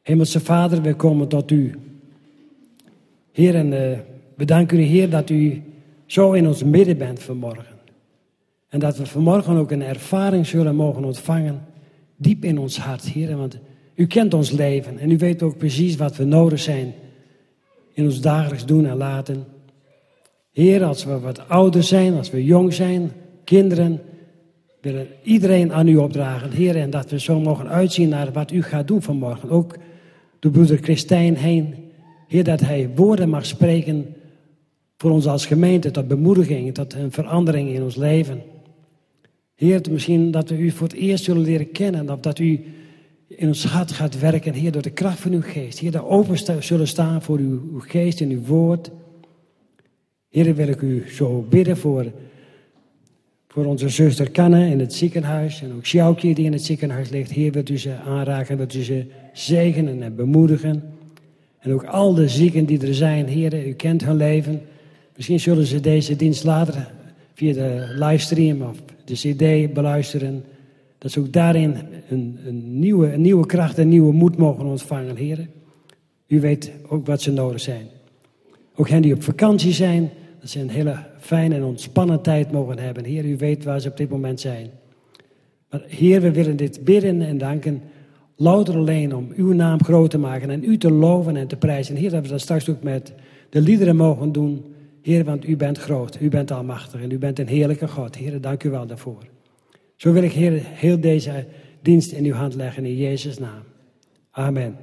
Hemelse Vader, we komen tot u. Heer, en we danken u, Heer, dat u zo in ons midden bent vanmorgen. En dat we vanmorgen ook een ervaring zullen mogen ontvangen, diep in ons hart, Heer. Want u kent ons leven en u weet ook precies wat we nodig zijn in ons dagelijks doen en laten. Heer, als we wat ouder zijn, als we jong zijn, kinderen, willen iedereen aan u opdragen, Heer. En dat we zo mogen uitzien naar wat u gaat doen vanmorgen. Ook door broeder Christijn heen. Heer, dat hij woorden mag spreken voor ons als gemeente, tot bemoediging, tot een verandering in ons leven. Heer, misschien dat we u voor het eerst zullen leren kennen, of dat u in ons hart gaat werken, Heer, door de kracht van uw geest. Heer, dat open zullen staan voor uw geest en uw woord. Heer, wil ik u zo bidden voor onze zuster Kanne in het ziekenhuis. En ook Sjoukje die in het ziekenhuis ligt. Heer, wilt u ze aanraken, wilt u ze zegenen en bemoedigen. En ook al de zieken die er zijn, Heer, u kent hun leven. Misschien zullen ze deze dienst later via de livestream of de cd beluisteren. Dat ze ook daarin een nieuwe kracht en nieuwe moed mogen ontvangen, Heer. U weet ook wat ze nodig zijn. Ook hen die op vakantie zijn, dat ze een hele fijne en ontspannen tijd mogen hebben. Heer, u weet waar ze op dit moment zijn. Maar Heer, we willen dit bidden en danken, louter alleen om uw naam groot te maken en u te loven en te prijzen. Heer, dat we dat straks ook met de liederen mogen doen. Heer, want u bent groot, u bent almachtig en u bent een heerlijke God. Heer, dank u wel daarvoor. Zo wil ik, Heer, heel deze dienst in uw hand leggen in Jezus' naam. Amen.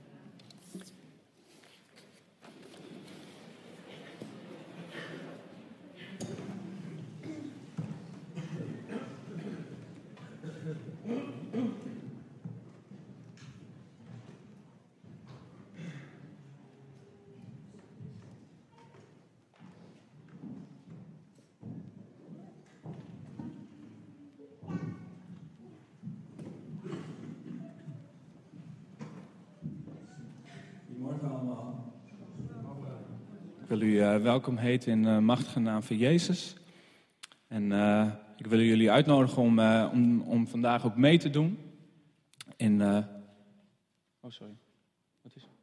Ik wil u welkom heten in de machtige naam van Jezus. En ik wil jullie uitnodigen om vandaag ook mee te doen. Wat is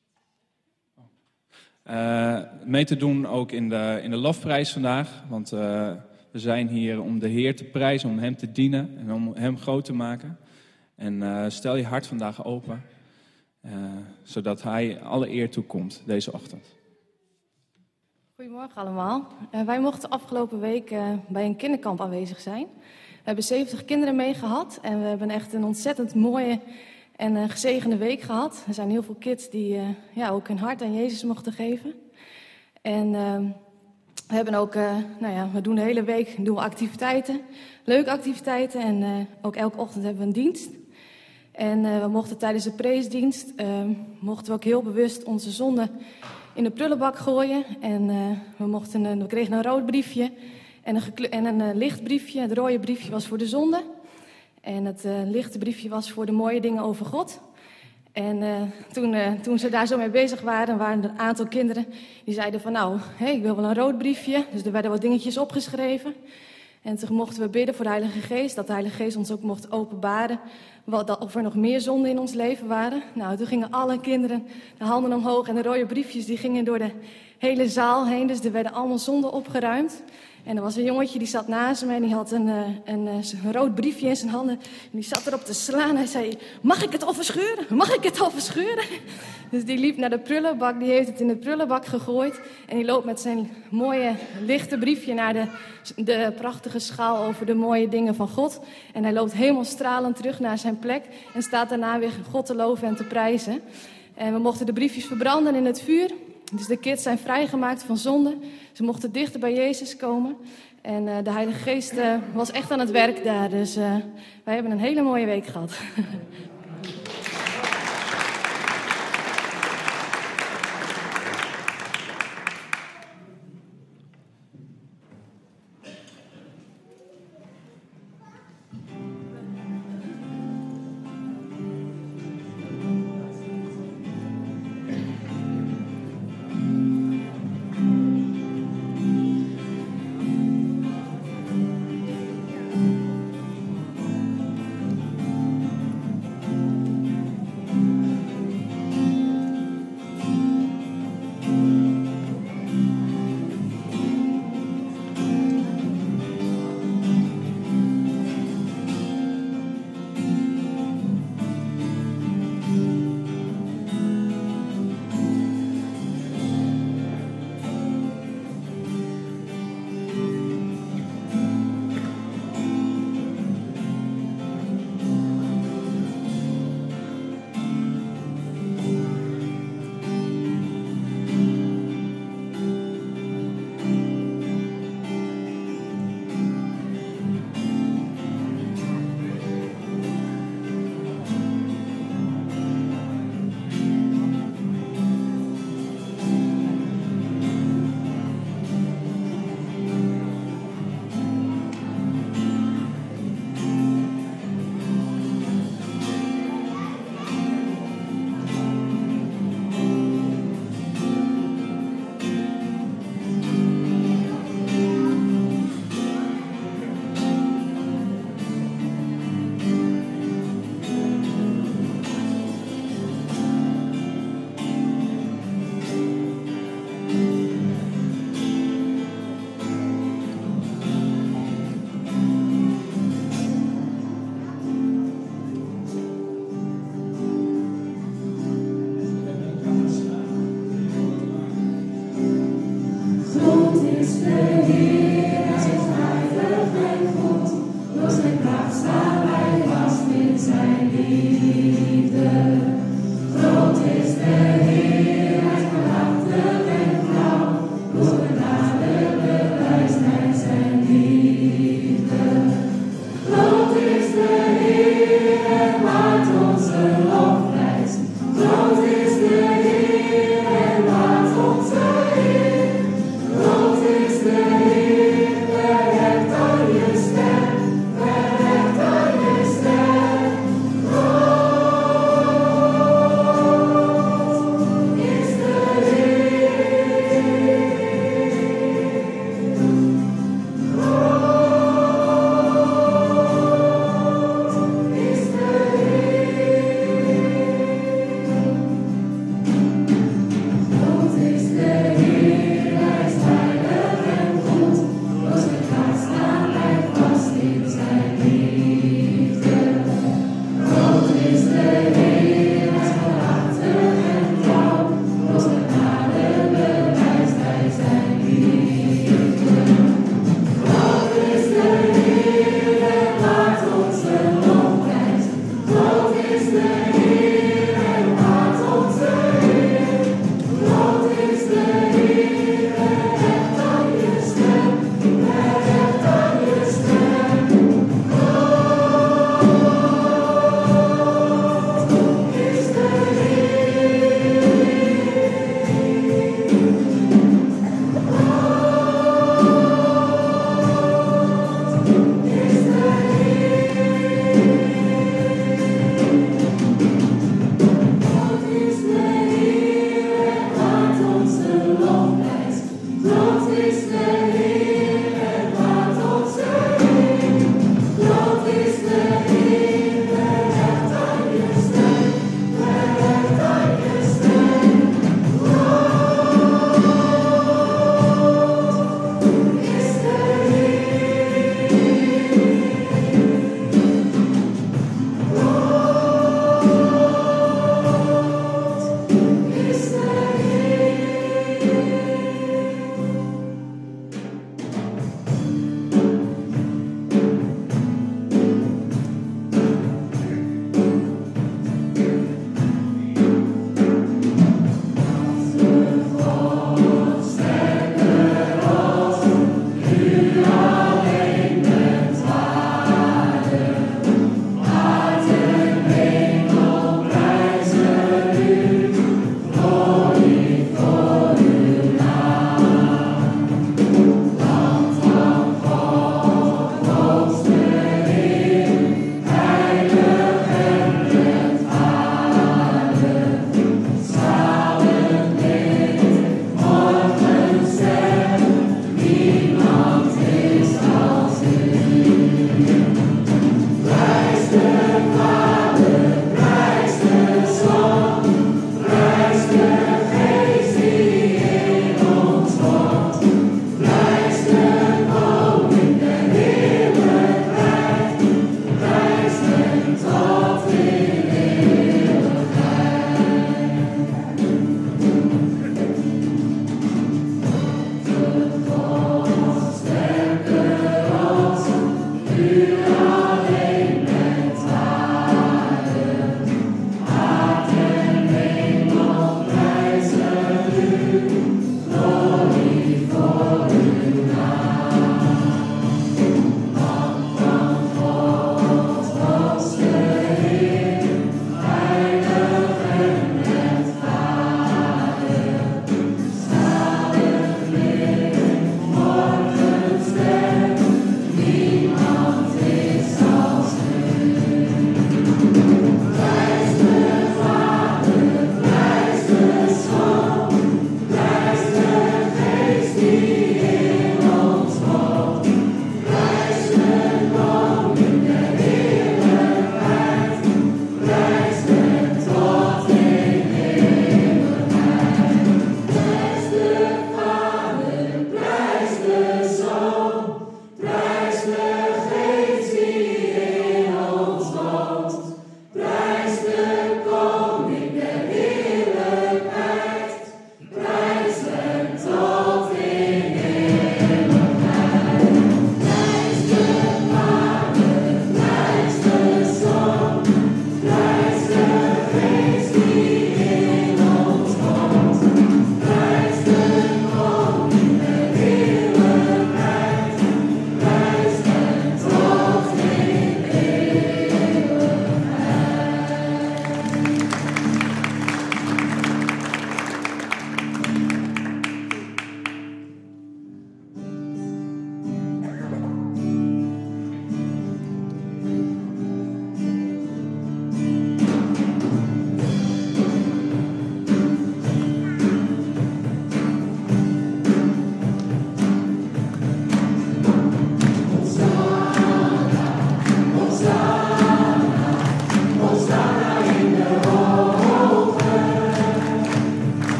mee te doen ook in de lofprijs vandaag. Want we zijn hier om de Heer te prijzen, om Hem te dienen en om Hem groot te maken. En stel je hart vandaag open, zodat Hij alle eer toekomt deze ochtend. Goedemorgen allemaal. Wij mochten afgelopen week bij een kinderkamp aanwezig zijn. We hebben 70 kinderen mee gehad en we hebben echt een ontzettend mooie en gezegende week gehad. Er zijn heel veel kids die ook hun hart aan Jezus mochten geven. En we hebben ook, we doen de hele week we activiteiten, leuke activiteiten en ook elke ochtend hebben we een dienst. En we mochten tijdens de preesdienst, mochten we ook heel bewust onze zonde in de prullenbak gooien. En we kregen een rood briefje en een licht briefje. Het rode briefje was voor de zonde. En het lichte briefje was voor de mooie dingen over God. En toen ze daar zo mee bezig waren er een aantal kinderen die zeiden van ik wil wel een rood briefje. Dus er werden wat dingetjes opgeschreven. En toen mochten we bidden voor de Heilige Geest, dat de Heilige Geest ons ook mocht openbaren of er nog meer zonden in ons leven waren. Nou, toen gingen alle kinderen de handen omhoog en de rode briefjes die gingen door de hele zaal heen. Dus er werden allemaal zonden opgeruimd. En er was een jongetje die zat naast me en die had een rood briefje in zijn handen. En die zat erop te slaan. Hij zei, mag ik het al verscheuren? Mag ik het al verscheuren? Dus die liep naar de prullenbak, die heeft het in de prullenbak gegooid. En die loopt met zijn mooie lichte briefje naar de prachtige schaal over de mooie dingen van God. En hij loopt helemaal stralend terug naar zijn plek. En staat daarna weer God te loven en te prijzen. En we mochten de briefjes verbranden in het vuur. Dus de kids zijn vrijgemaakt van zonde. Ze mochten dichter bij Jezus komen. En de Heilige Geest was echt aan het werk daar. Dus wij hebben een hele mooie week gehad.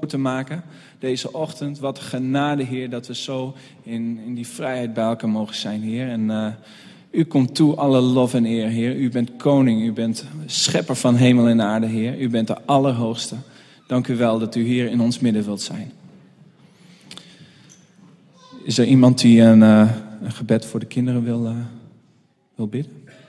te maken deze ochtend. Wat genade, Heer, dat we zo in die vrijheid bij elkaar mogen zijn, Heer. En u komt toe, alle lof en eer, Heer. U bent koning, u bent schepper van hemel en aarde, Heer. U bent de Allerhoogste. Dank u wel dat u hier in ons midden wilt zijn. Is er iemand die een gebed voor de kinderen wil bidden?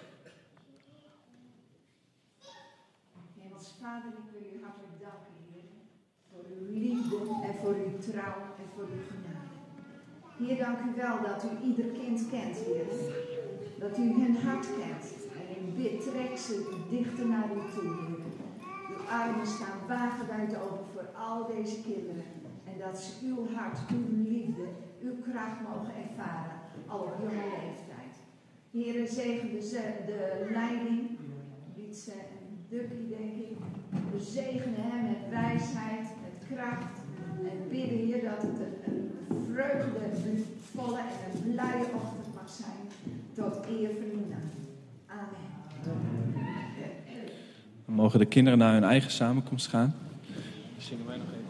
Hemels Vader, ik wil u hartelijk danken, Heer, voor uw liefde en voor uw trouw en voor uw genade. Heer, dank u wel dat u ieder kind kent, Heer. Dat u hun hart kent. En ik bid, trek ze dichter naar u toe, Heer. Uw armen staan wagenwijd open voor al deze kinderen. En dat ze uw hart, uw liefde, uw kracht mogen ervaren, al op jonge leeftijd. Heer, zegen de leiding, Wietse en Ducky, denk ik. We zegenen hem met wijsheid, met kracht. En bidden, Heer, dat het een vreugdevolle en een blije ochtend mag zijn. Tot eer van uw naam. Amen. Dan mogen de kinderen naar hun eigen samenkomst gaan. Dan zingen wij nog even.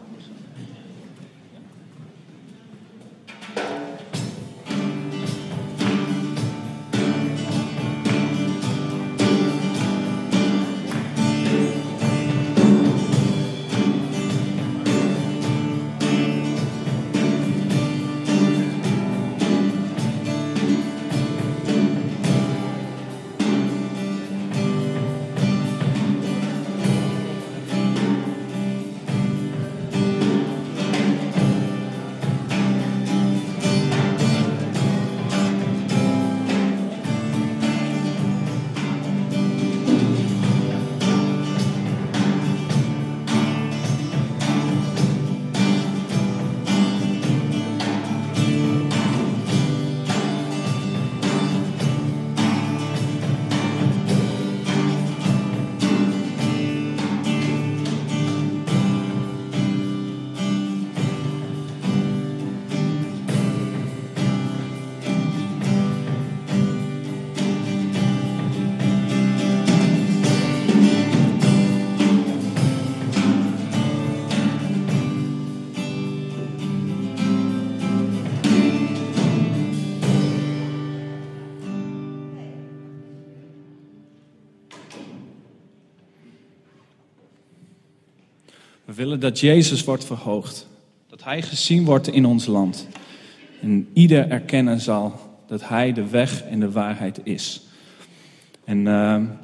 We willen dat Jezus wordt verhoogd. Dat hij gezien wordt in ons land. En ieder erkennen zal dat hij de weg en de waarheid is. En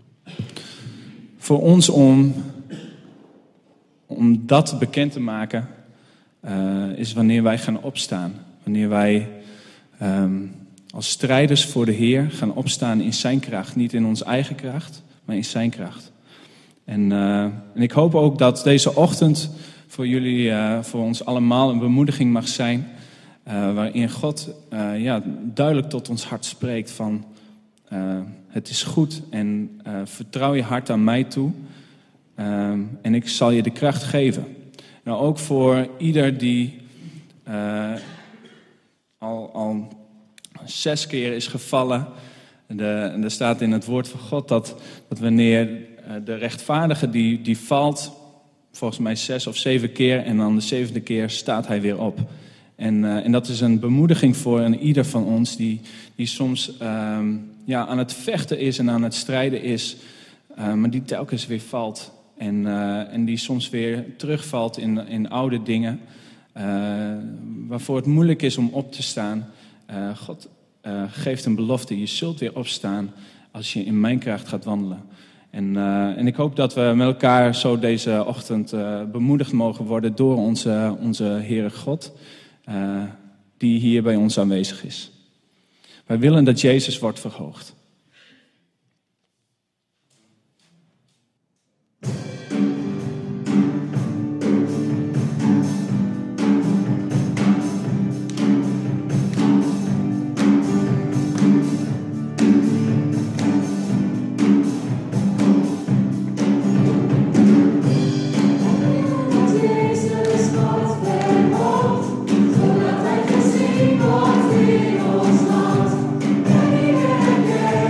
voor ons om dat bekend te maken, is wanneer wij gaan opstaan. Wanneer wij als strijders voor de Heer gaan opstaan in zijn kracht. Niet in onze eigen kracht, maar in zijn kracht. En ik hoop ook dat deze ochtend voor jullie, voor ons allemaal een bemoediging mag zijn. Waarin God duidelijk tot ons hart spreekt van het is goed en vertrouw je hart aan mij toe. En ik zal je de kracht geven. Nou, ook voor ieder die al 6 keer is gevallen. En er staat in het woord van God dat wanneer de rechtvaardige die valt, volgens mij 6 of 7 keer, en dan de 7e keer staat hij weer op. En dat is een bemoediging voor een ieder van ons die soms aan het vechten is en aan het strijden is, maar die telkens weer valt. En die soms weer terugvalt in oude dingen, waarvoor het moeilijk is om op te staan. God geeft een belofte, je zult weer opstaan als je in mijn kracht gaat wandelen. En ik hoop dat we met elkaar zo deze ochtend bemoedigd mogen worden door onze Heere God, die hier bij ons aanwezig is. Wij willen dat Jezus wordt verhoogd. Zodat hij gezien wordt in ons land. En ieder herkent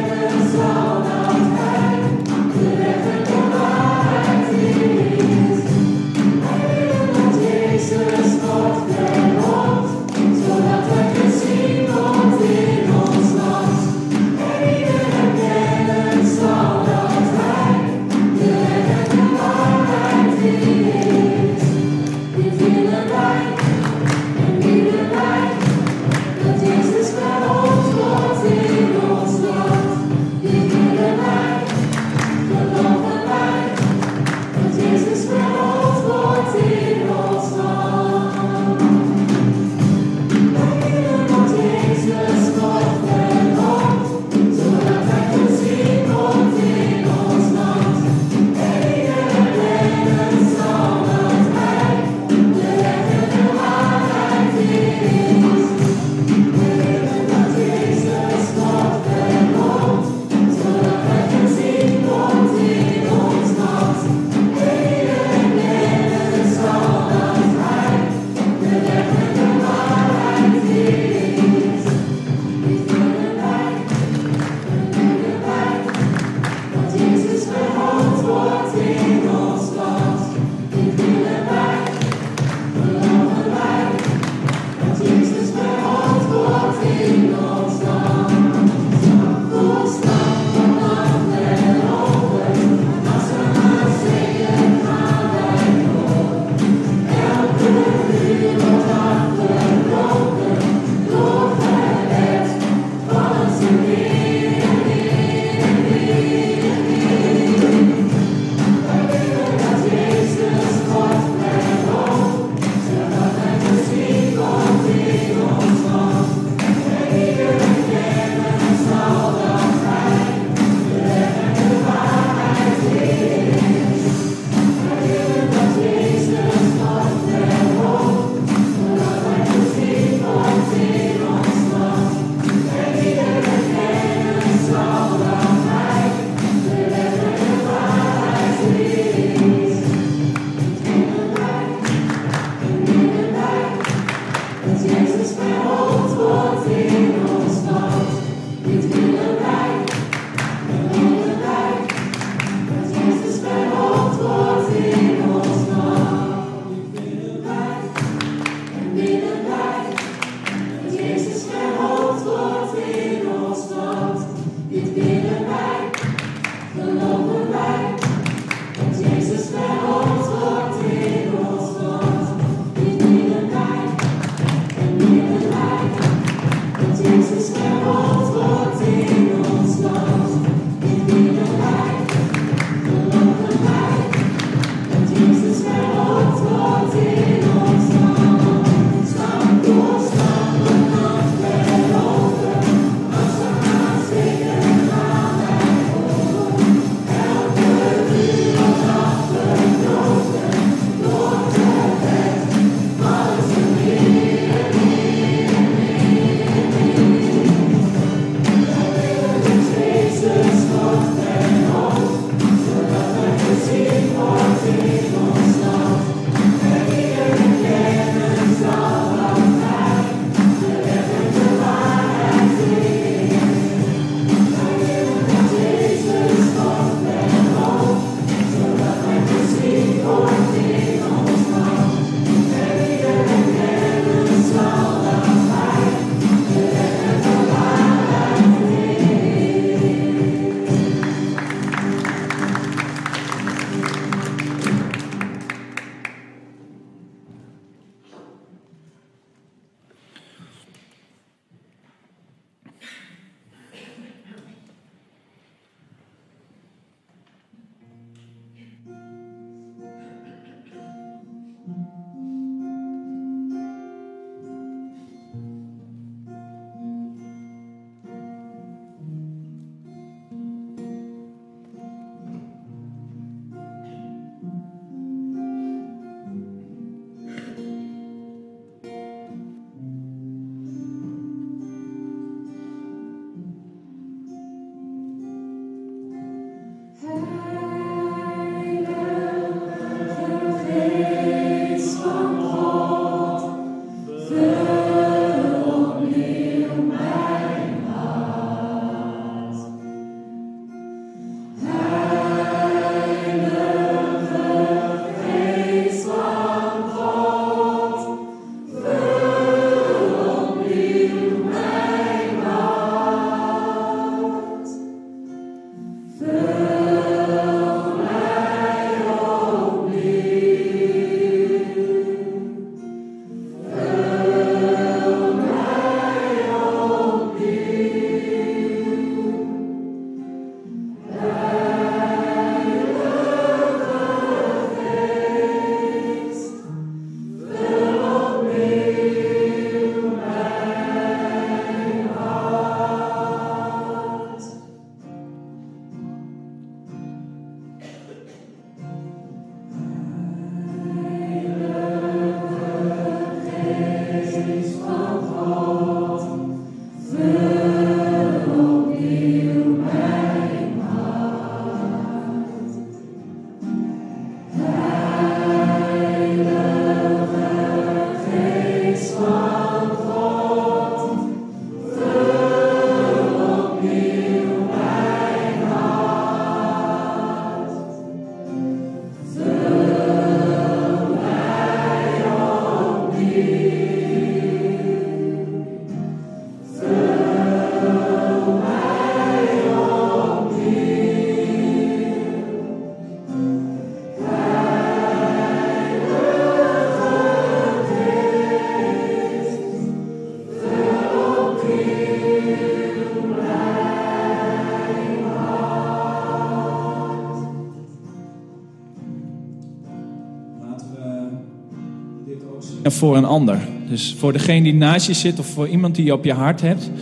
voor een ander. Dus voor degene die naast je zit of voor iemand die je op je hart hebt.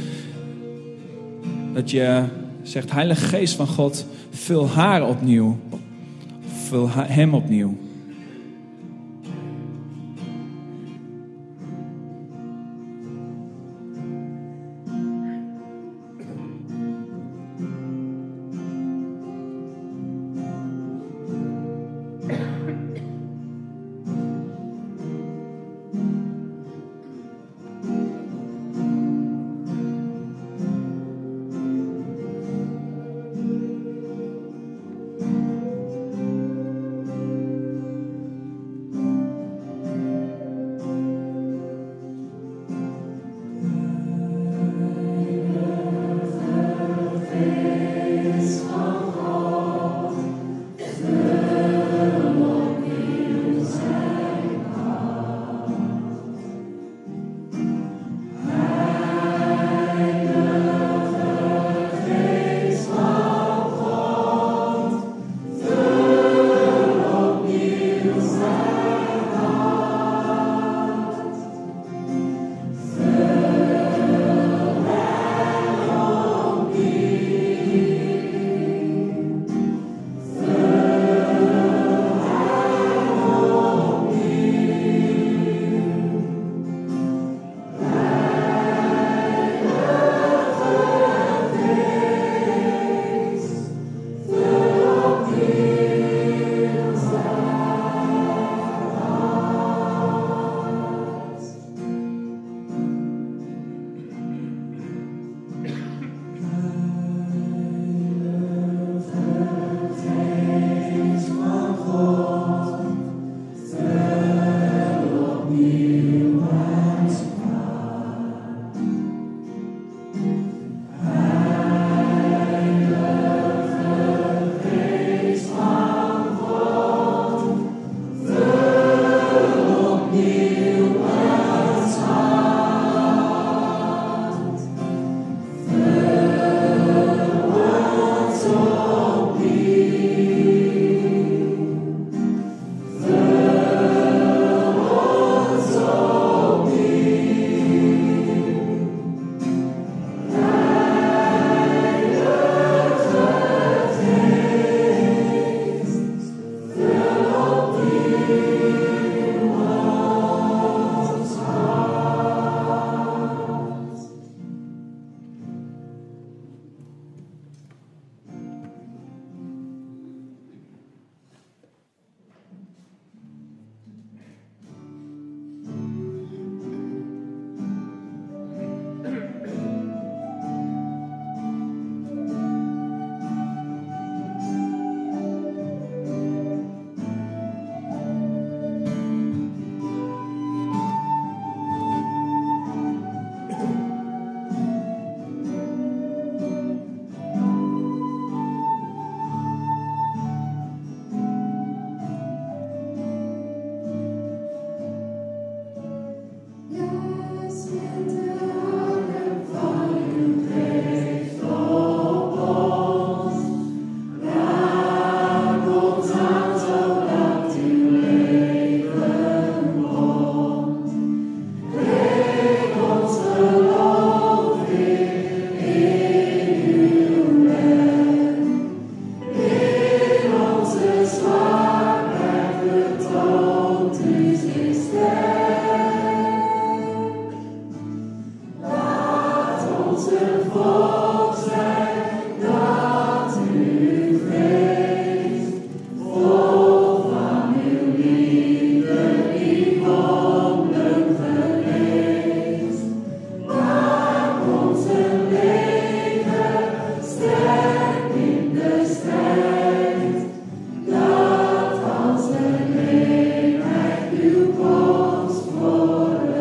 Dat je zegt, Heilige Geest van God, vul haar opnieuw. Vul hem opnieuw.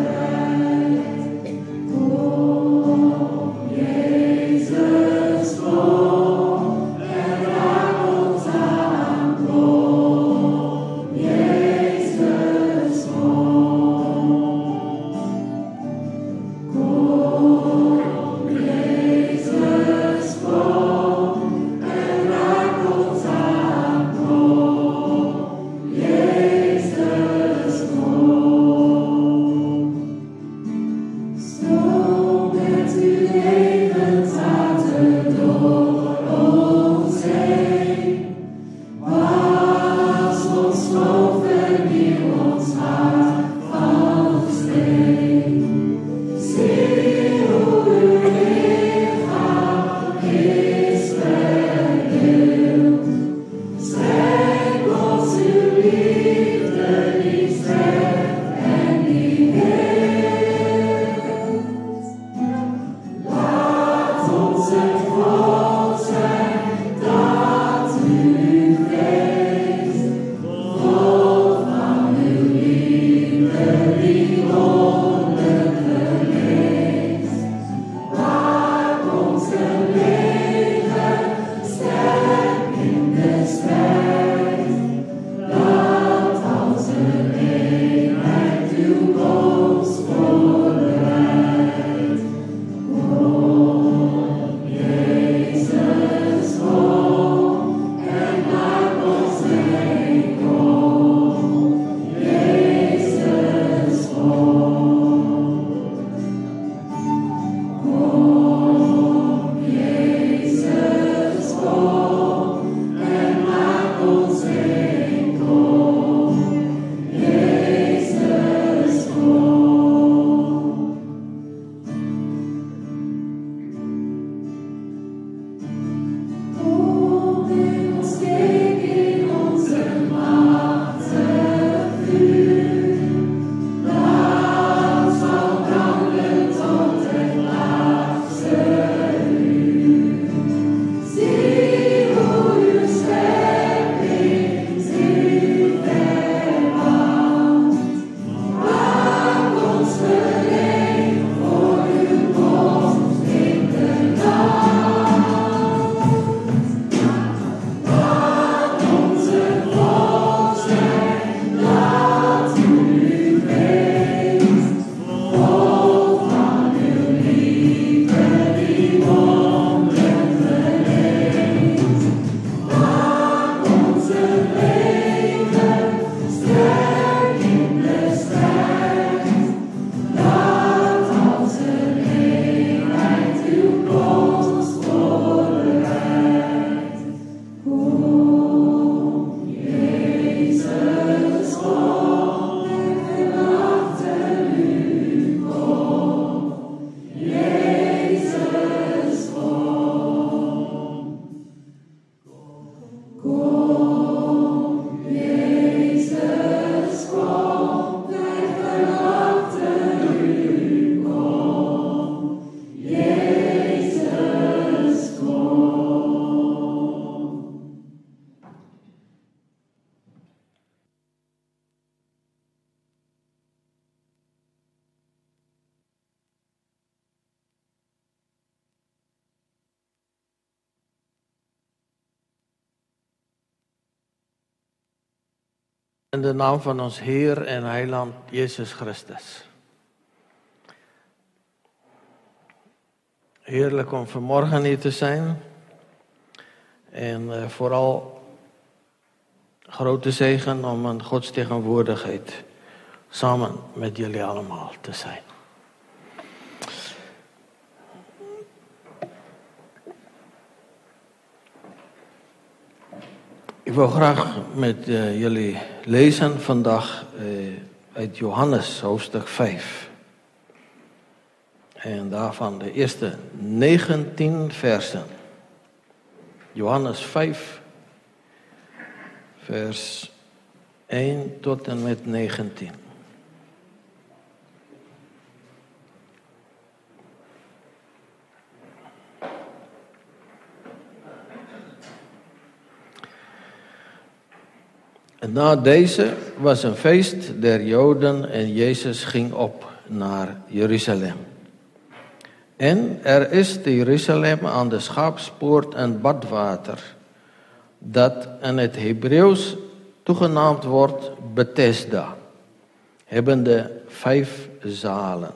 Jezus. In de naam van ons Heer en Heiland Jezus Christus. Heerlijk om vanmorgen hier te zijn. En vooral grote zegen om in Gods tegenwoordigheid samen met jullie allemaal te zijn. Ik wil graag met jullie lezen vandaag uit Johannes hoofdstuk 5. En daarvan de eerste 19 versen. Johannes 5, vers 1 tot en met 19. En na deze was een feest der Joden en Jezus ging op naar Jeruzalem. En er is te Jeruzalem aan de Schaapspoort een badwater, dat in het Hebreeuws toegenaamd wordt Bethesda, hebbende 5 zalen.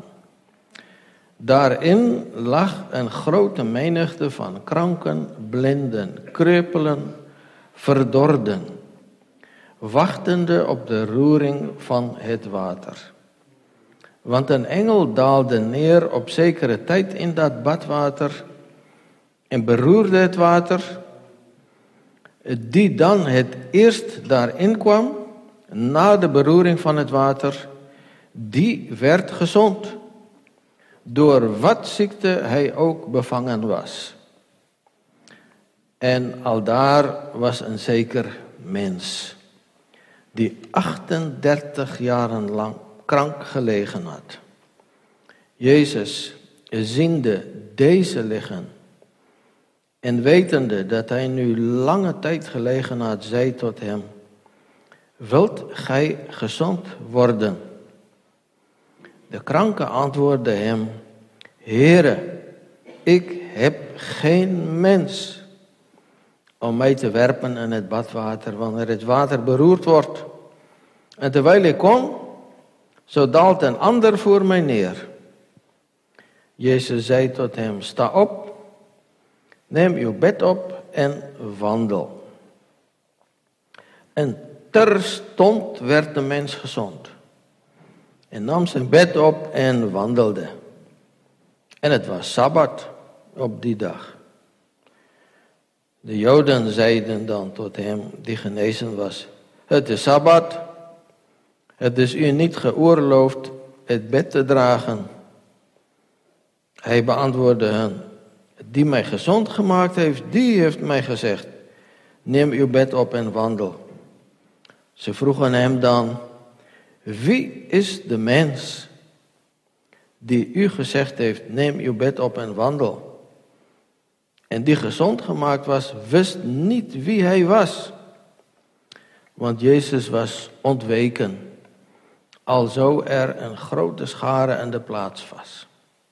Daarin lag een grote menigte van kranken, blinden, kreupelen, verdorden, wachtende op de roering van het water. Want een engel daalde neer op zekere tijd in dat badwater en beroerde het water. Die dan het eerst daarin kwam, na de beroering van het water, die werd gezond, door wat ziekte hij ook bevangen was. En aldaar was een zeker mens, die 38 jaren lang krank gelegen had. Jezus, ziende deze liggen en wetende dat hij nu lange tijd gelegen had, zei tot hem: wilt gij gezond worden? De kranke antwoordde hem: Heere, ik heb geen mens om mij te werpen in het badwater, wanneer het water beroerd wordt. En terwijl ik kom, zo daalt een ander voor mij neer. Jezus zei tot hem: sta op, neem uw bed op en wandel. En terstond werd de mens gezond. En nam zijn bed op en wandelde. En het was Sabbat op die dag. De Joden zeiden dan tot hem, die genezen was: het is Sabbat. Het is u niet geoorloofd het bed te dragen. Hij beantwoordde hen: die mij gezond gemaakt heeft, die heeft mij gezegd: neem uw bed op en wandel. Ze vroegen hem dan: wie is de mens die u gezegd heeft: neem uw bed op en wandel? En die gezond gemaakt was, wist niet wie hij was. Want Jezus was ontweken, alzo er een grote schare in de plaats was.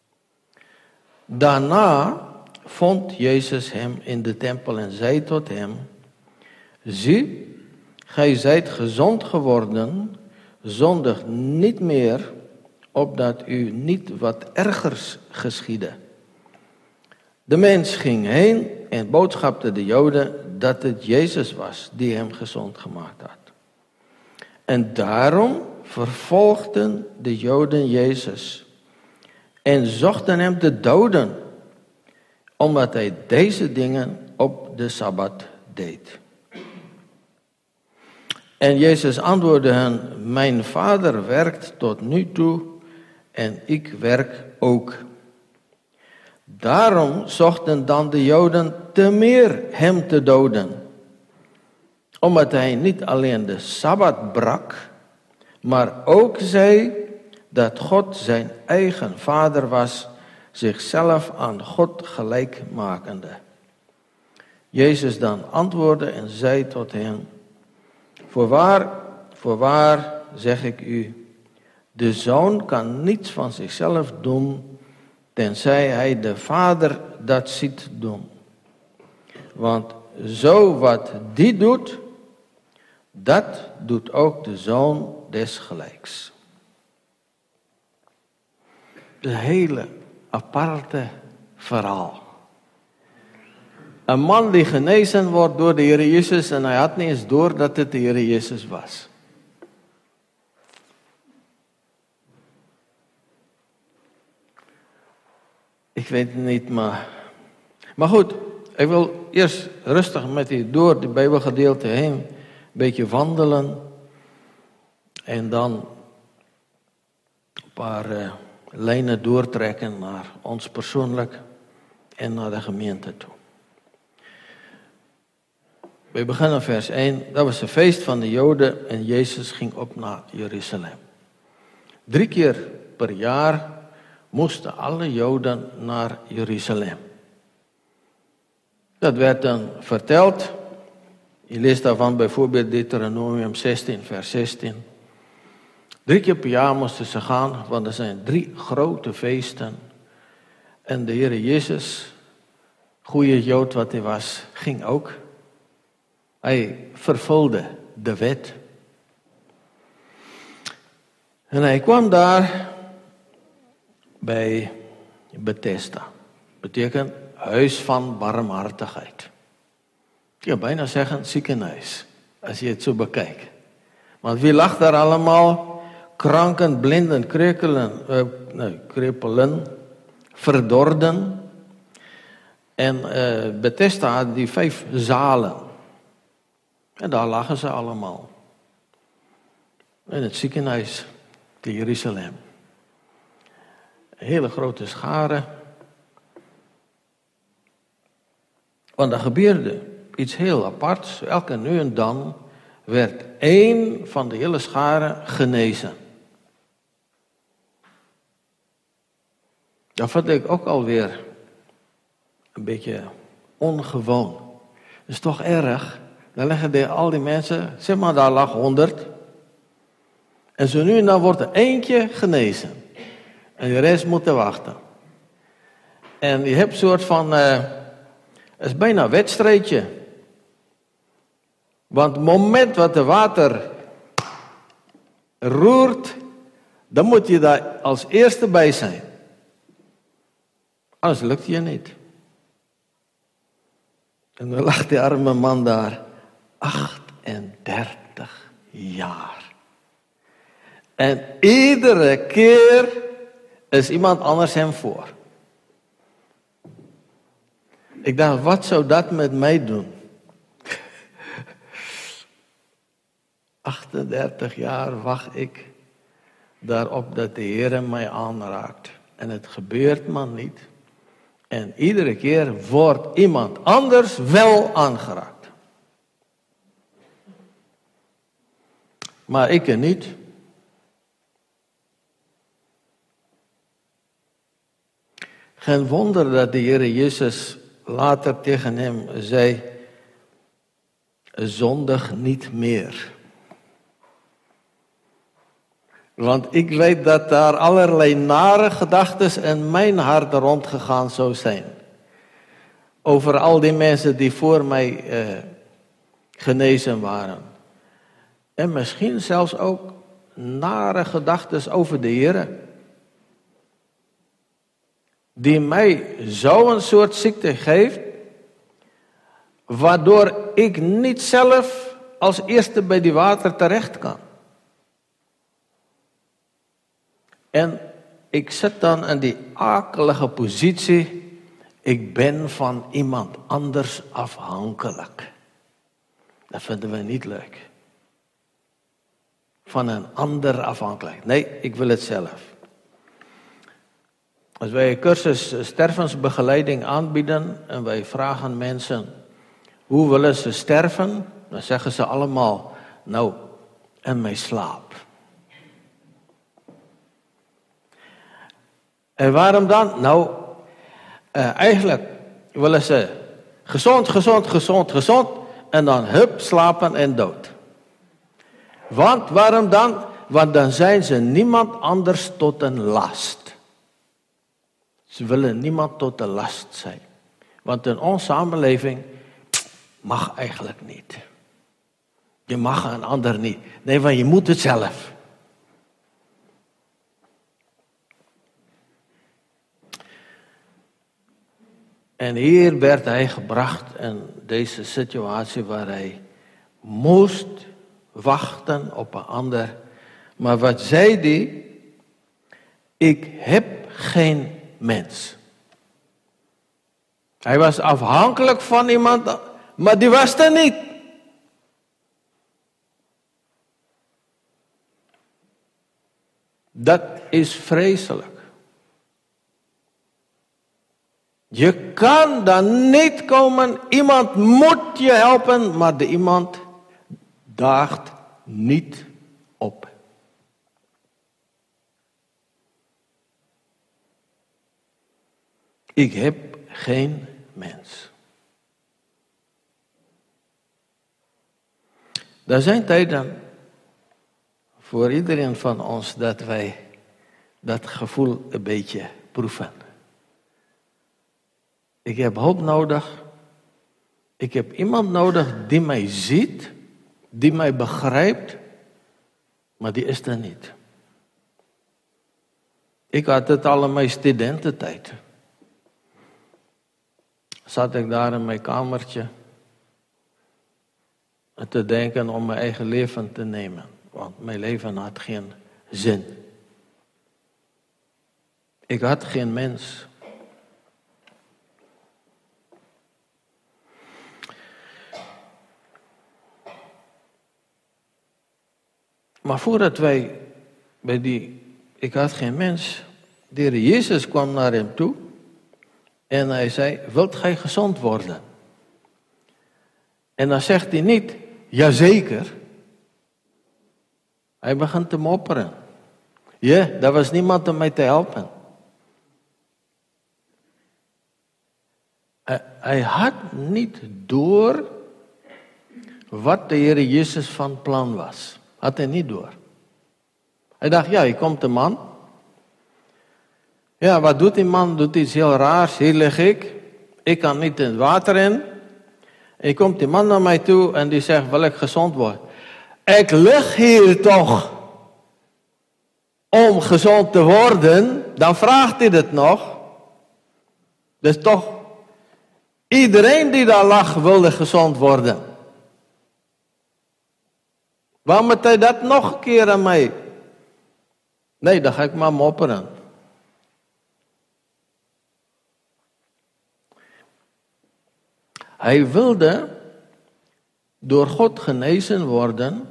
Daarna vond Jezus hem in de tempel en zei tot hem: zie, gij zijt gezond geworden, zondig niet meer, opdat u niet wat ergers geschiedde. De mens ging heen en boodschapte de Joden dat het Jezus was die hem gezond gemaakt had. En daarom vervolgden de Joden Jezus en zochten hem te doden, omdat hij deze dingen op de Sabbat deed. En Jezus antwoordde hen: mijn Vader werkt tot nu toe en ik werk ook. Daarom zochten dan de Joden te meer hem te doden, omdat hij niet alleen de Sabbat brak, maar ook zei dat God zijn eigen Vader was, zichzelf aan God gelijk makende. Jezus dan antwoordde en zei tot hen: voorwaar zeg ik u, de Zoon kan niets van zichzelf doen, tenzij hij de Vader dat ziet doen. Want zo wat die doet, Dat doet ook de Zoon desgelijks. Een hele aparte verhaal. Een man die genezen wordt door de Heer Jezus en hij had niet eens door dat het de Heer Jezus was. Ik weet het niet, maar goed, ik wil eerst rustig met u door de Bijbelgedeelte heen, een beetje wandelen en dan een paar lijnen doortrekken naar ons persoonlijk en naar de gemeente toe. We beginnen vers 1. Dat was het feest van de Joden en Jezus ging op naar Jeruzalem. 3 keer per jaar moesten alle Joden naar Jeruzalem. Dat werd dan verteld. Je leest daarvan bijvoorbeeld Deuteronomium 16, vers 16. 3 keer per jaar moesten ze gaan, want er zijn 3 grote feesten. En de Heer Jezus, goede Jood wat hij was, ging ook. Hij vervulde de wet. En hij kwam daar bij Bethesda. Betekent huis van barmhartigheid. Je kan bijna zeggen ziekenhuis, als je het zo bekijkt. Want wie lag daar allemaal? Kranken, blinden, krepelen, verdorden. En Bethesda had die 5 zalen. En daar lagen ze allemaal. In het ziekenhuis in Jeruzalem. Een hele grote schare. Want er gebeurde iets heel aparts. Elke nu en dan werd 1 van de hele schare genezen. Dat vond ik ook alweer een beetje ongewoon. Dat is toch erg. Dan leggen al die mensen, zeg maar daar lag 100. En zo nu en dan wordt er eentje genezen. En de rest moet wachten. En je hebt een soort van, het is bijna een wedstrijdje. Want het moment wat de water roert, dan moet je daar als eerste bij zijn. Anders lukt je niet. En dan lag die arme man daar 38 jaar. En iedere keer is iemand anders hem voor. Ik dacht, wat zou dat met mij doen? 38 jaar wacht ik daarop dat de Heer mij aanraakt. En het gebeurt maar niet. En iedere keer wordt iemand anders wel aangeraakt. Maar ik niet. Geen wonder dat de Heer Jezus later tegen hem zei, zondig niet meer. Want ik weet dat daar allerlei nare gedachten in mijn hart rondgegaan zou zijn. Over al die mensen die voor mij genezen waren. En misschien zelfs ook nare gedachten over de Heer. Die mij zo'n soort ziekte geeft, waardoor ik niet zelf als eerste bij die water terecht kan. En ik zit dan in die akelige positie, ik ben van iemand anders afhankelijk. Dat vinden we niet leuk. Van een ander afhankelijk. Nee, ik wil het zelf. Als wij een cursus stervensbegeleiding aanbieden en wij vragen mensen, hoe willen ze sterven? Dan zeggen ze allemaal, nou, in mijn slaap. En waarom dan? Nou, eigenlijk willen ze gezond en dan hup, slapen en dood. Want waarom dan? Want dan zijn ze niemand anders tot een last. Ze willen niemand tot de last zijn. Want in onze samenleving mag eigenlijk niet. Je mag een ander niet. Nee, want je moet het zelf. En hier werd hij gebracht in deze situatie waar hij moest wachten op een ander. Maar wat zei hij? Ik heb geen mens. Hij was afhankelijk van iemand, maar die was er niet. Dat is vreselijk. Je kan dan niet komen, iemand moet je helpen, maar de iemand daagt niet op. Ik heb geen mens. Er zijn tijden voor iedereen van ons dat wij dat gevoel een beetje proeven. Ik heb hulp nodig. Ik heb iemand nodig die mij ziet, die mij begrijpt, maar die is er niet. Ik had het al in mijn studententijd. Zat ik daar in mijn kamertje te denken om mijn eigen leven te nemen. Want mijn leven had geen zin. Ik had geen mens. Maar voordat wij bij ik had geen mens, de Heer Jezus kwam naar hem toe en hij zei, wilt gij gezond worden? En dan zegt hij niet, jazeker. Hij begint te mopperen. Ja, daar was niemand om mij te helpen. Hij had niet door wat de Heer Jezus van plan was. Had hij niet door. Hij dacht, ja, hier komt een man. Ja, wat doet die man? Doet iets heel raars. Hier lig ik. Ik kan niet in het water in. En komt die man naar mij toe en die zegt, wil ik gezond worden? Ik lig hier toch om gezond te worden. Dan vraagt hij het nog. Dus toch, iedereen die daar lag wilde gezond worden. Waarom moet hij dat nog een keer aan mij? Nee, dan ga ik maar mopperen. Hij wilde door God genezen worden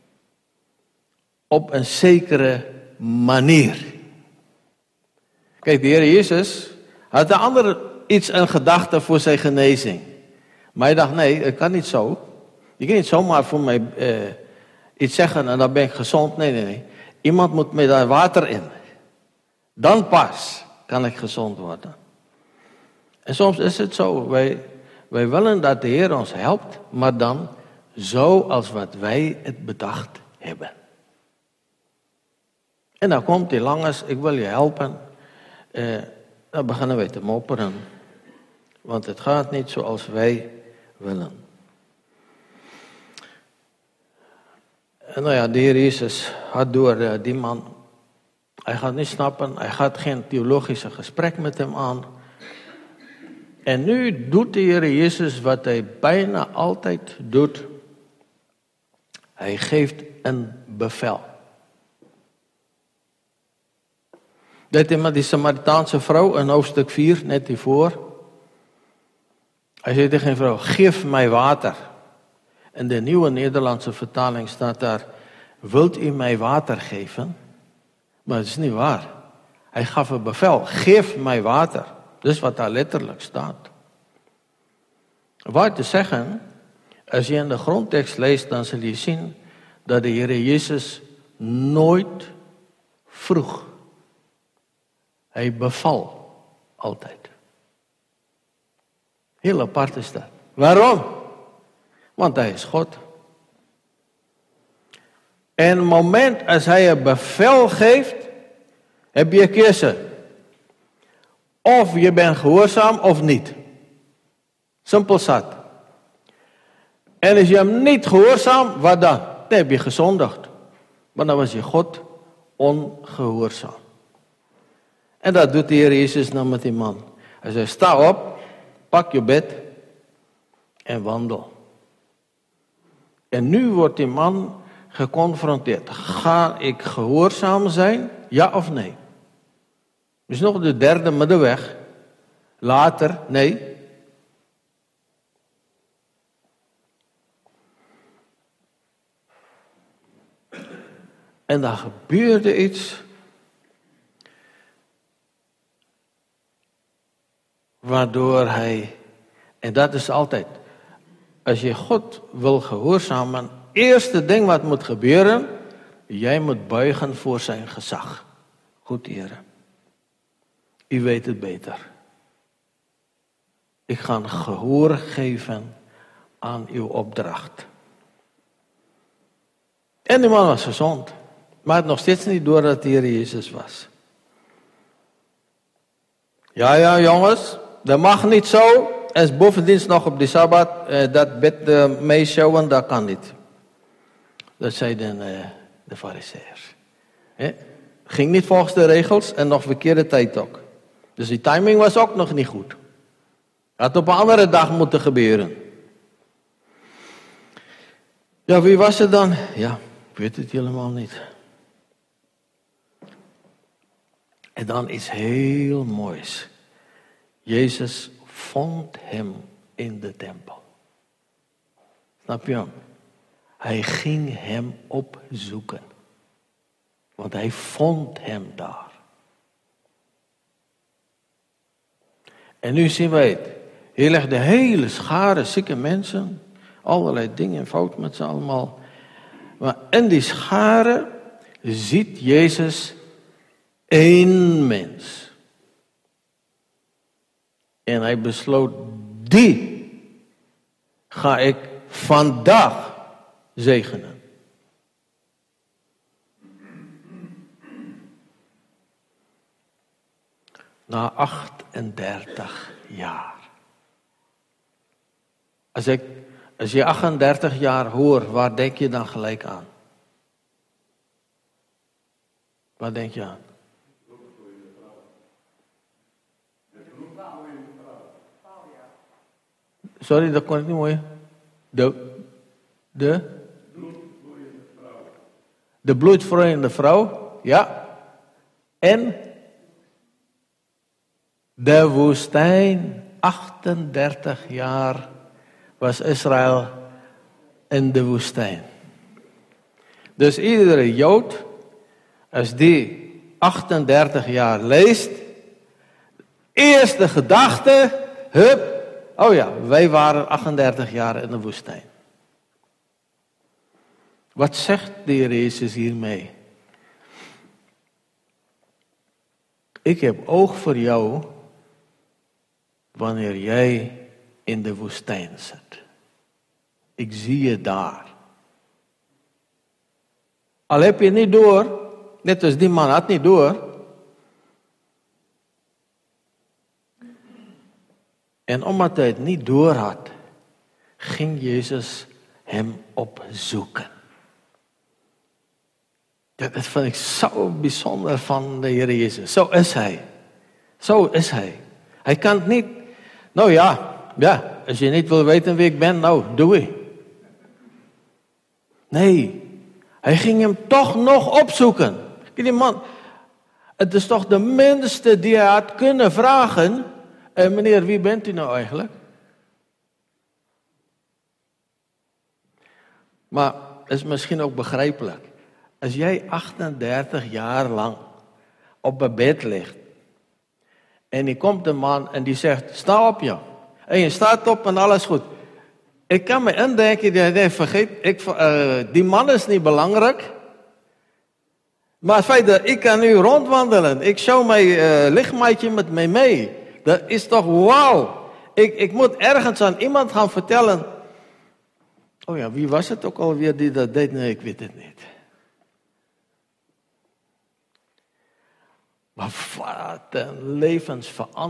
op een zekere manier. Kijk, de Heer Jezus had de ander iets in gedachten voor zijn genezing. Maar hij dacht, nee, het kan niet zo. Je kan niet zomaar voor mij iets zeggen en dan ben ik gezond. Nee. Iemand moet me daar water in. Dan pas kan ik gezond worden. En soms is het zo, wij willen dat de Heer ons helpt, maar dan zo als wat wij het bedacht hebben. En dan komt hij langs, ik wil je helpen. Dan beginnen wij te mopperen. Want het gaat niet zoals wij willen. En nou ja, de Heer Jezus had door die man. Hij gaat niet snappen, hij gaat geen theologische gesprek met hem aan. En nu doet de Heer Jezus wat hij bijna altijd doet. Hij geeft een bevel. Dat hij met die Samaritaanse vrouw in hoofdstuk 4, net hiervoor. Hij zei tegen een vrouw, geef mij water. In de nieuwe Nederlandse vertaling staat daar, wilt u mij water geven? Maar dat is niet waar. Hij gaf een bevel, geef mij water. Dat is wat daar letterlijk staat. Wat te zeggen, als je in de grondtekst leest, dan zul je zien dat de Heer Jezus nooit vroeg. Hij beval altijd. Heel apart is dat. Waarom? Want hij is God. En het moment als hij een bevel geeft, heb je keuze. Of je bent gehoorzaam of niet. Simpel zat. En als je hem niet gehoorzaam, wat dan? Dan heb je gezondigd. Maar dan was je God ongehoorzaam. En dat doet de Heer Jezus nou met die man. Hij zegt, sta op, pak je bed en wandel. En nu wordt die man geconfronteerd. Ga ik gehoorzaam zijn? Ja of nee? Dus nog de derde middenweg. Later, nee. En dan gebeurde iets waardoor hij, en dat is altijd, als je God wil gehoorzamen, het eerste ding wat moet gebeuren, jij moet buigen voor zijn gezag. Goed, Heer. U weet het beter. Ik ga gehoor geven aan uw opdracht. En die man was gezond. Maar het nog steeds niet door dat de Heer Jezus was. Ja, jongens. Dat mag niet zo. En bovendien nog op de Sabbat dat bed meeshowen, dat kan niet. Dat zeiden de Farizeeërs. Ging niet volgens de regels en nog verkeerde tijd ook. Dus die timing was ook nog niet goed. Had op een andere dag moeten gebeuren. Ja, wie was het dan? Ja, ik weet het helemaal niet. En dan iets heel moois. Jezus vond hem in de tempel. Snap je hem? Hij ging hem opzoeken. Want hij vond hem daar. En nu zien wij het. Hier ligt de hele schare zieke mensen. Allerlei dingen fout met ze allemaal. Maar in die schare ziet Jezus één mens. En hij besloot, die ga ik vandaag zegenen. Na 38 jaar. Als je 38 jaar hoort, waar denk je dan gelijk aan? Waar denk je aan? Sorry, dat kon ik niet mooi. De bloedvloeiende vrouw. Ja. En de woestijn. 38 jaar was Israël in de woestijn. Dus iedere Jood, als die 38 jaar leest, eerste gedachte, oh ja, wij waren 38 jaar in de woestijn. Wat zegt de Heer Jezus hiermee? Ik heb oog voor jou wanneer jij in de woestijn zit. Ik zie je daar. Al heb je niet door, net als die man had niet door. En omdat hij het niet door had, ging Jezus hem opzoeken. Dat vind ik zo bijzonder van de Heer Jezus. Zo is hij. Zo is hij. Hij kan het niet. Nou ja, als je niet wil weten wie ik ben, nou, doe het. Nee, hij ging hem toch nog opzoeken. Die man, het is toch de minste die hij had kunnen vragen. Meneer, wie bent u nou eigenlijk? Maar het is misschien ook begrijpelijk. Als jij 38 jaar lang op een bed ligt. En die komt een man en die zegt, sta op joh. En je staat op en alles goed. Ik kan me indenken, vergeet, die man is niet belangrijk. Maar het feit dat ik kan nu rondwandelen. Ik show mijn lichtmaatje met mij mee. Dat is toch wauw. Ik moet ergens aan iemand gaan vertellen. Oh ja, wie was het ook alweer die dat deed? Nee, ik weet het niet. Maar wat een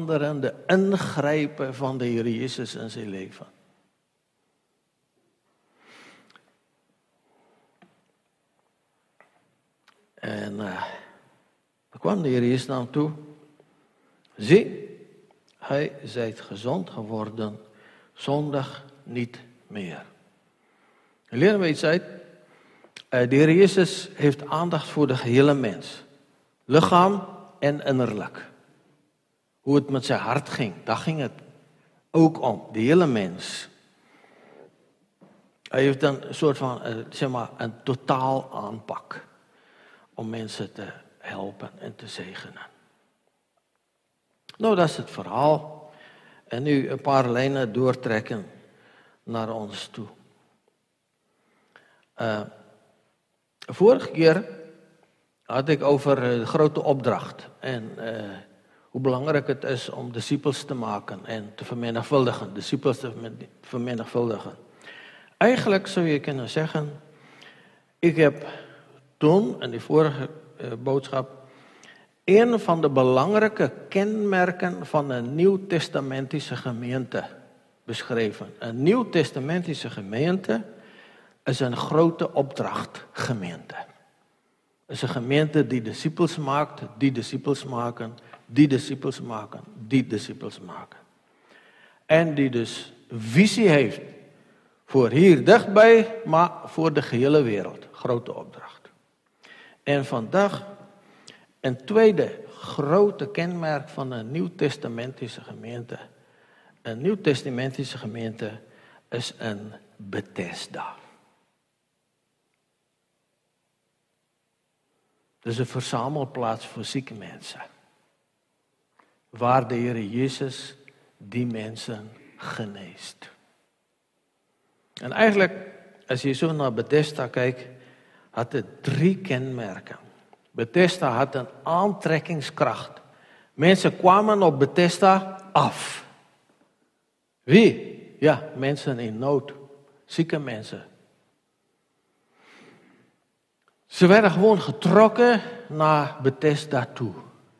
levensveranderende ingrijpen van de Heer Jezus in zijn leven. En dan kwam de Heer Jezus naar hem toe. Zie, hij zijt gezond geworden, zondig niet meer. En leren we iets uit. De Heer Jezus heeft aandacht voor de gehele mens. Lichaam en innerlijk. Hoe het met zijn hart ging, daar ging het ook om. De hele mens. Hij heeft dan een soort van, een totaal aanpak. Om mensen te helpen en te zegenen. Nou, dat is het verhaal. En nu een paar lijnen doortrekken naar ons toe. Vorige keer had ik over de grote opdracht. En hoe belangrijk het is om discipels te maken en te vermenigvuldigen. Discipels te vermenigvuldigen. Eigenlijk zou je kunnen zeggen, ik heb toen, in die vorige boodschap, een van de belangrijke kenmerken van een nieuwtestamentische gemeente beschreven. Een nieuwtestamentische gemeente is een grote opdrachtgemeente. Het is een gemeente die discipels maakt, die discipels maken, die discipels maken, die discipels maken. En die dus visie heeft voor hier dichtbij, maar voor de gehele wereld. Grote opdracht. En vandaag een tweede grote kenmerk van een nieuwtestamentische gemeente. Een nieuwtestamentische gemeente is een Bethesda. Dus een verzamelplaats voor zieke mensen. Waar de Heer Jezus die mensen geneest. En eigenlijk, als je zo naar Bethesda kijkt, had het 3 kenmerken. Bethesda had een aantrekkingskracht. Mensen kwamen op Bethesda af. Wie? Ja, mensen in nood. Zieke mensen. Ze werden gewoon getrokken naar Bethesda toe.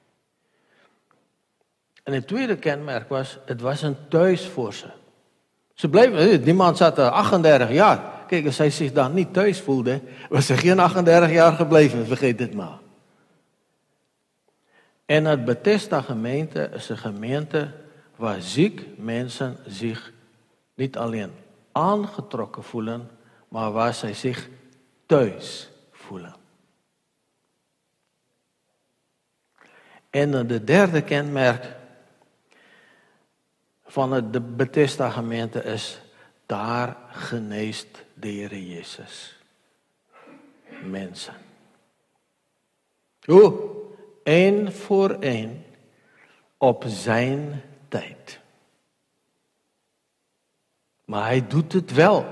En het tweede kenmerk was, het was een thuis voor ze. Ze bleven, die man zat er 38 jaar. Kijk, als hij zich daar niet thuis voelde, was hij geen 38 jaar gebleven, vergeet dit maar. En het Bethesda gemeente is een gemeente waar ziek mensen zich niet alleen aangetrokken voelen, maar waar zij zich thuis voelen. En de derde kenmerk van de Bethesda gemeente is, daar geneest de Heer Jezus mensen. Hoe? 1 voor 1 op zijn tijd. Maar hij doet het wel.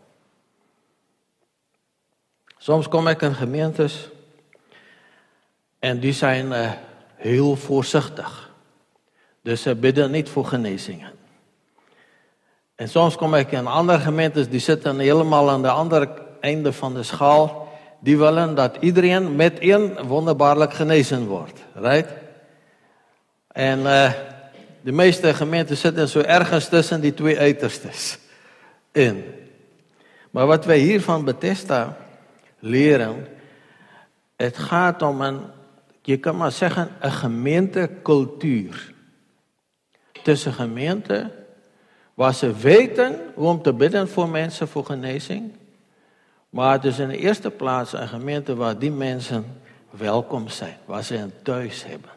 Soms kom ik in gemeentes en die zijn heel voorzichtig. Dus ze bidden niet voor genezingen. En soms kom ik in andere gemeentes, die zitten helemaal aan de andere einde van de schaal. Die willen dat iedereen met één wonderbaarlijk genezen wordt. Right? En de meeste gemeenten zitten zo ergens tussen die 2 uiterstes in. Maar wat wij hier van Bethesda leren, het gaat om je kan maar zeggen, een gemeentecultuur. Het is een gemeente waar ze weten hoe om te bidden voor mensen voor genezing. Maar het is in de eerste plaats een gemeente waar die mensen welkom zijn. Waar ze een thuis hebben.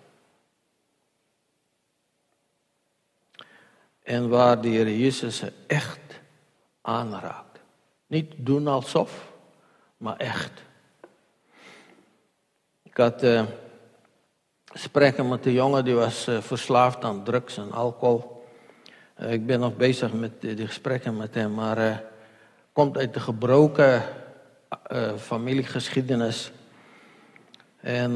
En waar de Heer Jezus ze echt aanraakt. Niet doen alsof, maar echt. Ik had gesprekken met de jongen die was verslaafd aan drugs en alcohol. Ik ben nog bezig met die gesprekken met hem, maar komt uit de gebroken familiegeschiedenis. En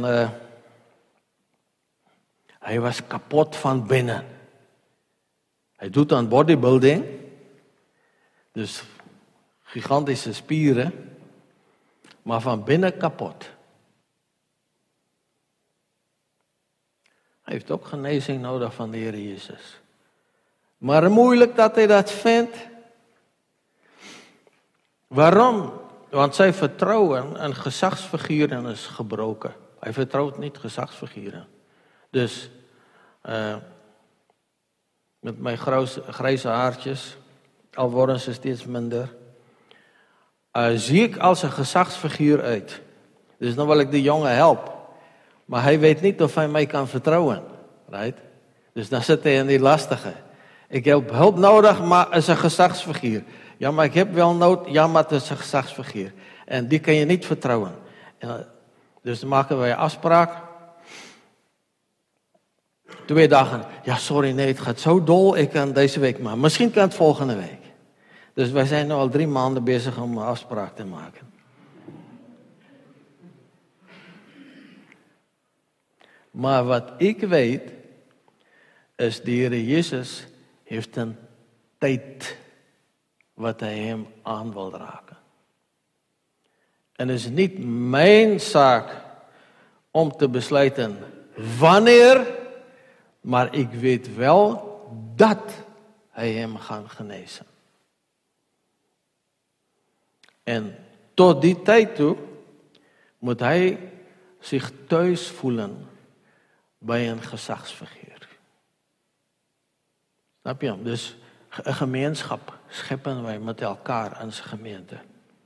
hij was kapot van binnen. Hij doet aan bodybuilding, dus gigantische spieren, maar van binnen kapot. Hij heeft ook genezing nodig van de Heer Jezus. Maar moeilijk dat hij dat vindt. Waarom? Want zijn vertrouwen in gezagsfiguren is gebroken. Hij vertrouwt niet gezagsfiguren. Dus met mijn grijze haartjes, al worden ze steeds minder, zie ik als een gezagsfiguur uit. Dus dan wil ik de jongen helpen. Maar hij weet niet of hij mij kan vertrouwen. Right? Dus dan zit hij in die lastige. Ik heb hulp nodig, maar het is een gezagsfiguur. Ja, maar ik heb wel nood. Ja, maar het is een gezagsfiguur. En die kan je niet vertrouwen. Dus dan maken wij een afspraak. 2 dagen. Ja, sorry, nee, het gaat zo dol. Ik kan deze week maar. Misschien kan het volgende week. Dus wij zijn nu al 3 maanden bezig om een afspraak te maken. Maar wat ik weet, is de Heer Jezus heeft een tijd wat hij hem aan wil raken. En het is niet mijn zaak om te besluiten wanneer, maar ik weet wel dat hij hem gaat genezen. En tot die tijd toe moet hij zich thuis voelen bij een gezagsfiguur. Snap je? Dus een gemeenschap scheppen wij met elkaar in zijn gemeente.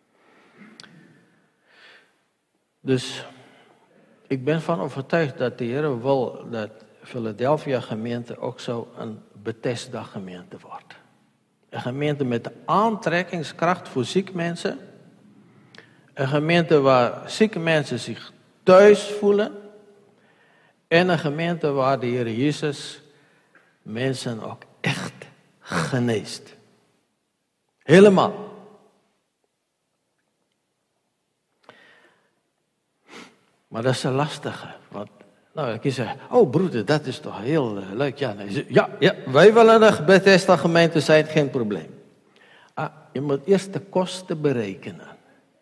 Dus ik ben van overtuigd dat de Heer wil dat Philadelphia gemeente ook zo een Bethesda gemeente wordt. Een gemeente met de aantrekkingskracht voor zieke mensen. Een gemeente waar zieke mensen zich thuis voelen. En een gemeente waar de Heer Jezus mensen ook echt geneest. Helemaal. Maar dat is een lastige. Want ik zeg, oh broeder, dat is toch heel leuk. Ja, nee, ja, wij willen een Bethesda gemeente zijn, geen probleem. Je moet eerst de kosten berekenen.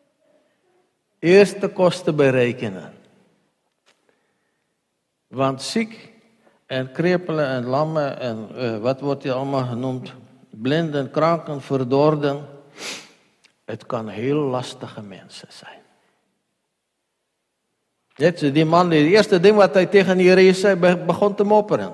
Want ziek en krepelen en lammen en wat wordt hier allemaal genoemd? Blinden, kranken, verdorden. Het kan heel lastige mensen zijn. Net die man, die eerste ding wat hij tegen die Jezus zei, begon te mopperen.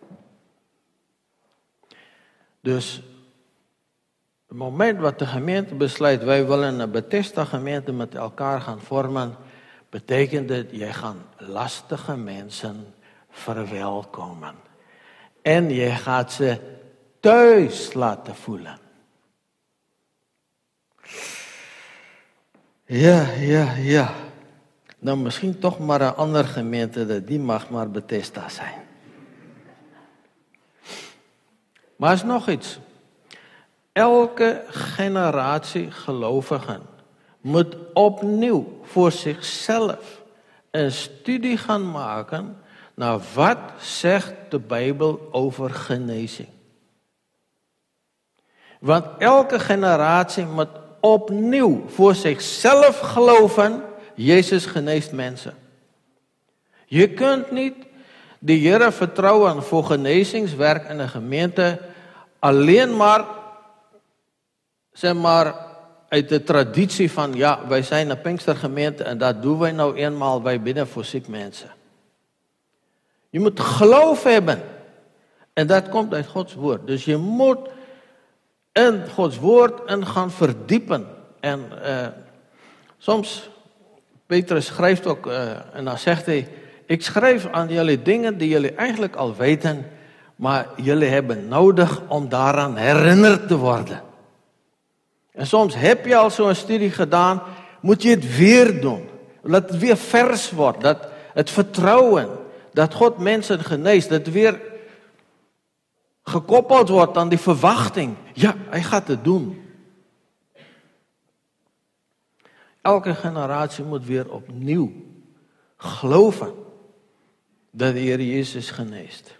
Dus het moment wat de gemeente besluit, wij willen een Bethesda gemeente met elkaar gaan vormen, betekent dat jij gaat lastige mensen verwelkomen. En je gaat ze thuis laten voelen. Ja. Nou, misschien toch maar een andere gemeente, die mag maar Bethesda zijn. Maar er is nog iets. Elke generatie gelovigen moet opnieuw voor zichzelf een studie gaan maken naar wat zegt de Bijbel over genezing. Want elke generatie moet opnieuw voor zichzelf geloven, Jezus geneest mensen. Je kunt niet de Heer vertrouwen voor genezingswerk in een gemeente alleen maar, zeg maar, uit de traditie van, ja, wij zijn een Pinkstergemeente en dat doen wij nou eenmaal, wij bidden voor ziek mensen. Je moet geloof hebben. En dat komt uit Gods woord. Dus je moet in Gods woord en gaan verdiepen. En soms, Petrus schrijft ook, en dan zegt hij, ik schrijf aan jullie dingen die jullie eigenlijk al weten, maar jullie hebben nodig om daaraan herinnerd te worden. En soms heb je al zo'n studie gedaan, moet je het weer doen. Dat het weer vers wordt, dat het vertrouwen, dat God mensen geneest, dat het weer gekoppeld wordt aan die verwachting. Ja, hij gaat het doen. Elke generatie moet weer opnieuw geloven dat de Heer Jezus geneest.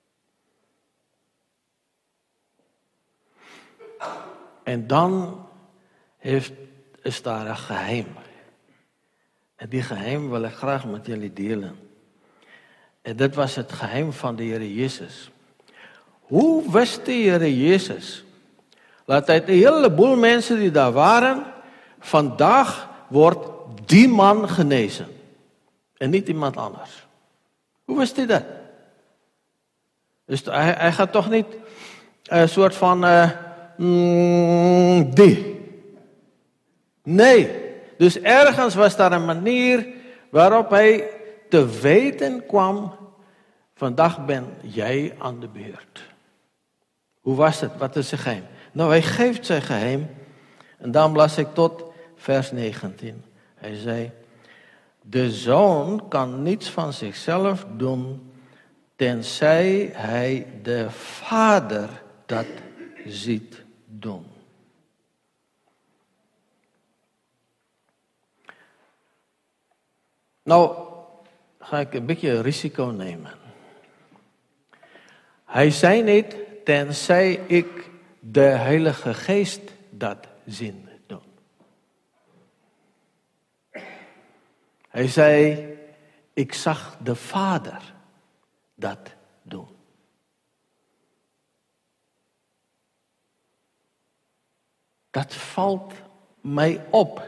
En dan is daar een geheim. En die geheim wil ik graag met jullie delen. En dat was het geheim van de Heer Jezus. Hoe wist de Heer Jezus dat uit een heleboel mensen die daar waren, vandaag wordt die man genezen. En niet iemand anders. Hoe wist hij dat? Dus hij gaat toch niet een soort van die. Nee. Dus ergens was daar een manier waarop hij te weten kwam, vandaag ben jij aan de beurt. Hoe was het? Wat is zijn geheim? Nou, hij geeft zijn geheim. En daarom las ik tot vers 19. Hij zei, de zoon kan niets van zichzelf doen, tenzij hij de vader dat ziet doen. Nou, ga ik een beetje risico nemen. Hij zei niet, tenzij ik de Heilige Geest dat zien doen. Hij zei, ik zag de Vader dat doen. Dat valt mij op.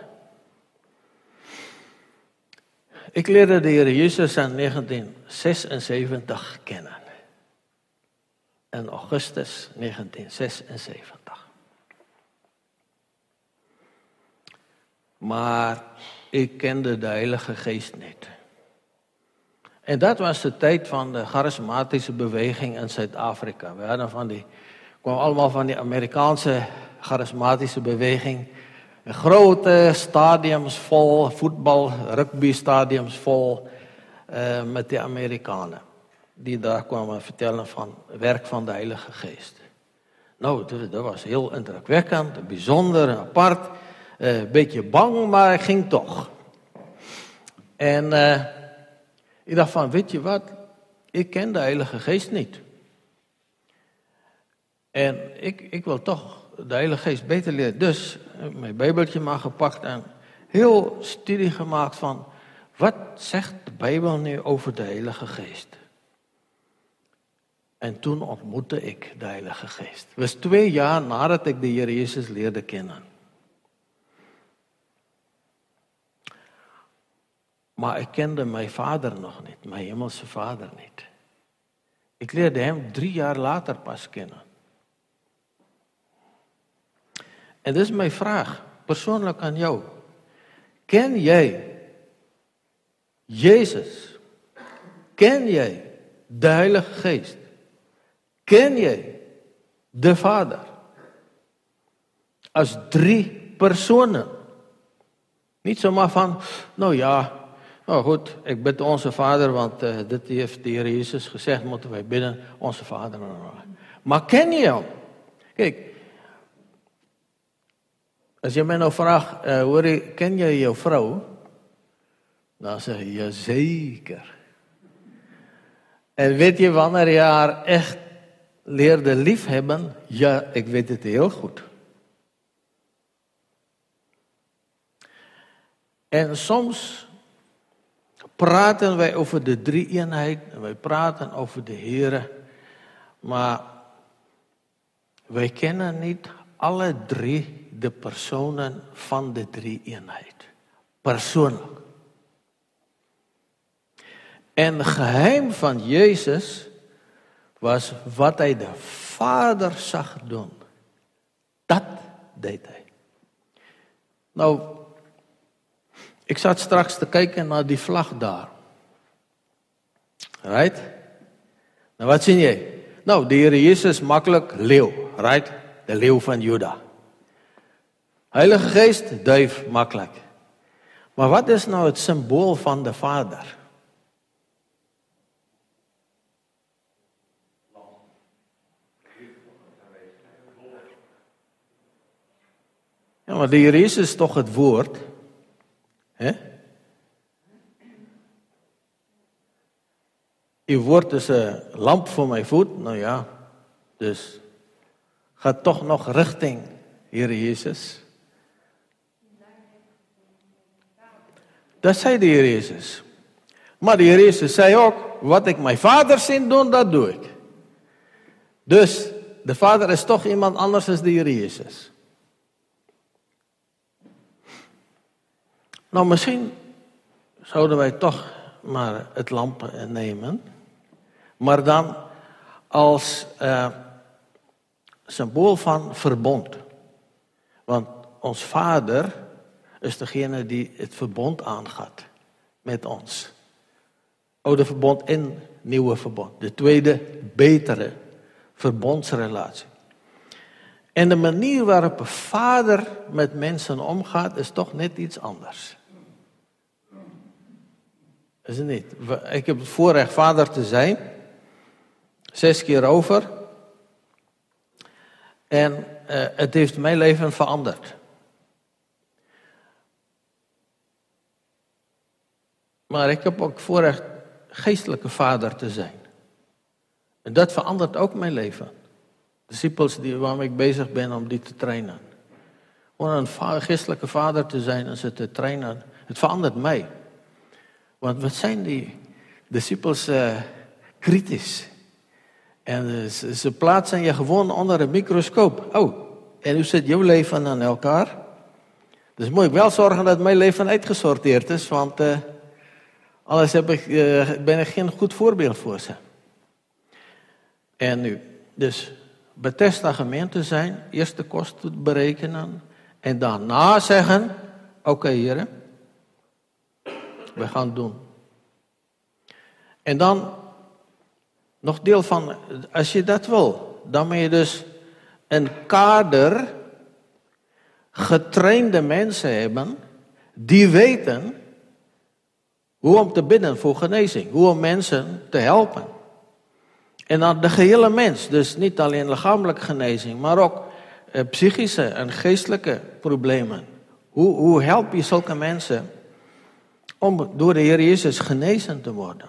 Ik leerde de Heer Jezus in 1976 kennen. In augustus 1976. Maar ik kende de Heilige Geest niet. En dat was de tijd van de charismatische beweging in Zuid-Afrika. We hadden kwam allemaal van die Amerikaanse charismatische beweging. Grote stadiums vol, voetbal, rugby-stadiums vol met de Amerikanen. Die daar kwamen vertellen van het werk van de Heilige Geest. Nou, dat was heel indrukwekkend, bijzonder, apart. Een beetje bang, maar ik ging toch. En ik dacht van, weet je wat? Ik ken de Heilige Geest niet. En ik wil toch de Heilige Geest beter leren. Dus mijn Bijbeltje maar gepakt en heel studie gemaakt van, wat zegt de Bijbel nu over de Heilige Geest? En toen ontmoette ik de Heilige Geest. Het was 2 jaar nadat ik de Heer Jezus leerde kennen. Maar ik kende mijn vader nog niet, mijn hemelse vader niet. Ik leerde hem 3 jaar later pas kennen. En dat is mijn vraag, persoonlijk aan jou. Ken jij Jezus? Ken jij de Heilige Geest? Ken jij de Vader? Als 3 personen. Niet zomaar van, nou ja, nou goed, ik bid onze Vader, want dit heeft de Heer Jezus gezegd, moeten wij bidden, onze Vader. Maar ken je hem? Kijk, als je mij nou vraagt, ken je jouw vrouw? Dan zeg je, jazeker. En weet je wanneer je haar echt leerde liefhebben? Ja, ik weet het heel goed. En soms praten wij over de drie-eenheid en wij praten over de Heere, maar wij kennen niet alle 3 de personen van de drie-eenheid. Persoonlijk. En het geheim van Jezus was wat hij de Vader zag doen. Dat deed hij. Nou, ik zat straks te kijken naar die vlag daar. Right? Nou, wat zie je? Nou, de Heer Jezus makkelijk leeuw. Right? De leeuw van Juda. Heilige Geest, duif, makkelijk. Maar wat is nou het symbool van de Vader? Ja, maar de Heer Jezus is toch het woord. Hè? Uw woord is een lamp voor mijn voet. Nou ja, dus gaat toch nog richting Heer Jezus. Dat zei de Heer Jezus. Maar de Heer Jezus zei ook, wat ik mijn Vader zie doen, dat doe ik. Dus de Vader is toch iemand anders dan de Heer Jezus. Nou, misschien zouden wij toch maar het lamp nemen. Maar dan als symbool van verbond. Want ons Vader is degene die het verbond aangaat met ons. Oude verbond en nieuwe verbond. De tweede, betere verbondsrelatie. En de manier waarop een vader met mensen omgaat, is toch net iets anders. Is het niet? Ik heb het voorrecht vader te zijn. 6 keer over. En het heeft mijn leven veranderd. Maar ik heb ook voorrecht geestelijke vader te zijn. En dat verandert ook mijn leven. Discipels waarmee ik bezig ben om die te trainen. Om een geestelijke vader te zijn en ze te trainen, het verandert mij. Want wat zijn die discipels kritisch? En ze plaatsen je gewoon onder een microscoop. Oh, en hoe zit jouw leven aan elkaar? Dus moet ik wel zorgen dat mijn leven uitgesorteerd is, want anders ben ik geen goed voorbeeld voor ze. En nu, dus Bethesda gemeente zijn, eerst de kosten berekenen en daarna zeggen, oké, heren, we gaan het doen. En dan nog deel van, als je dat wil, dan moet je dus een kader getrainde mensen hebben die weten hoe om te bidden voor genezing, hoe om mensen te helpen. En dan de gehele mens, dus niet alleen lichamelijke genezing, maar ook psychische en geestelijke problemen. Hoe help je zulke mensen om door de Heer Jezus genezen te worden?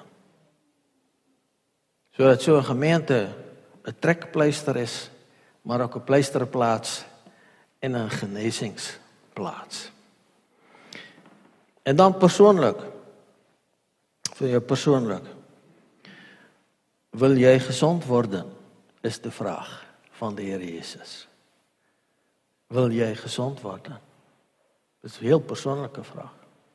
Zodat zo'n gemeente een trekpleister is, maar ook een pleisterplaats en een genezingsplaats. En dan persoonlijk. Voor je persoonlijk. Wil jij gezond worden? Is de vraag van de Heer Jezus. Wil jij gezond worden? Dat is een heel persoonlijke vraag.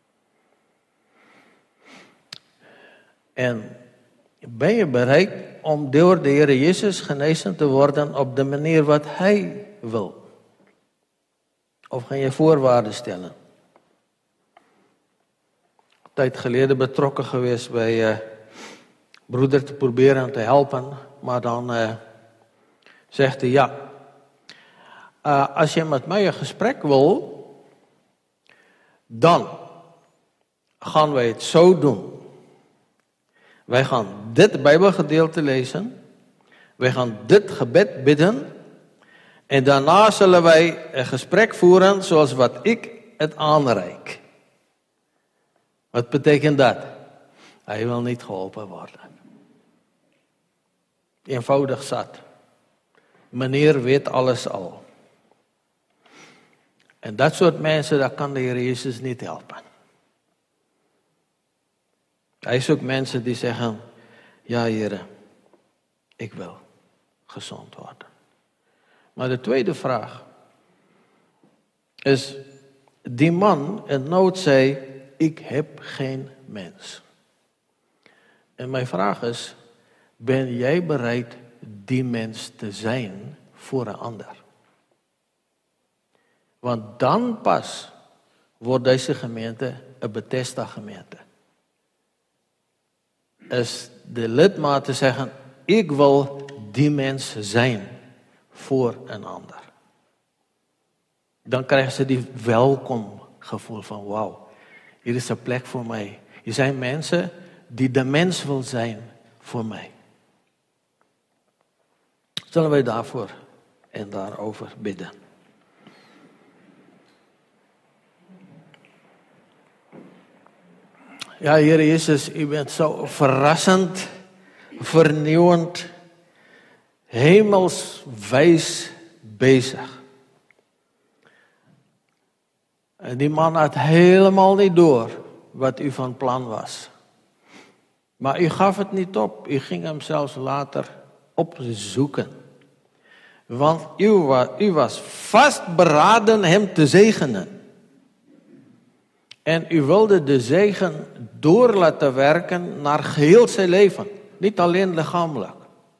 En ben je bereid om door de Heer Jezus genezen te worden op de manier wat Hij wil? Of ga je voorwaarden stellen? Een tijd geleden betrokken geweest bij broeder te proberen te helpen. Maar dan zegt hij, ja, als je met mij een gesprek wil, dan gaan wij het zo doen. Wij gaan dit Bijbelgedeelte lezen. Wij gaan dit gebed bidden. En daarna zullen wij een gesprek voeren zoals wat ik het aanreik. Wat betekent dat? Hij wil niet geholpen worden. Eenvoudig zat. Meneer weet alles al. En dat soort mensen, daar kan de Heer Jezus niet helpen. Hij zoekt mensen die zeggen, ja Heer, ik wil gezond worden. Maar de tweede vraag is, die man in nood zei, ik heb geen mens. En mijn vraag is, ben jij bereid die mens te zijn voor een ander? Want dan pas wordt deze gemeente een Bethesda gemeente. Is de lidmaten zeggen, ik wil die mens zijn voor een ander. Dan krijgen ze die welkom gevoel van, wauw, hier is een plek voor mij. Hier zijn mensen die de mens wil zijn voor mij. Zullen wij daarvoor en daarover bidden? Ja, Heer Jezus, u bent zo verrassend, vernieuwend, hemelswijs bezig. En die man had helemaal niet door wat u van plan was. Maar u gaf het niet op. U ging hem zelfs later opzoeken. Want u was vastberaden hem te zegenen. En u wilde de zegen door laten werken naar geheel zijn leven. Niet alleen lichamelijk.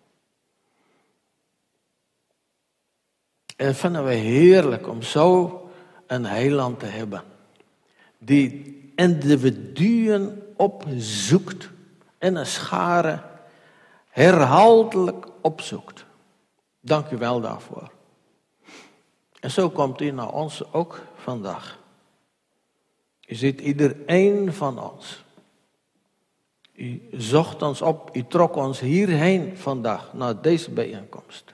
En dat vinden we heerlijk om zo een heiland te hebben. Die individuen opzoekt. En een schare herhaaldelijk opzoekt. Dank u wel daarvoor. En zo komt u naar ons ook vandaag. U ziet iedereen van ons. U zocht ons op, u trok ons hierheen vandaag, naar deze bijeenkomst.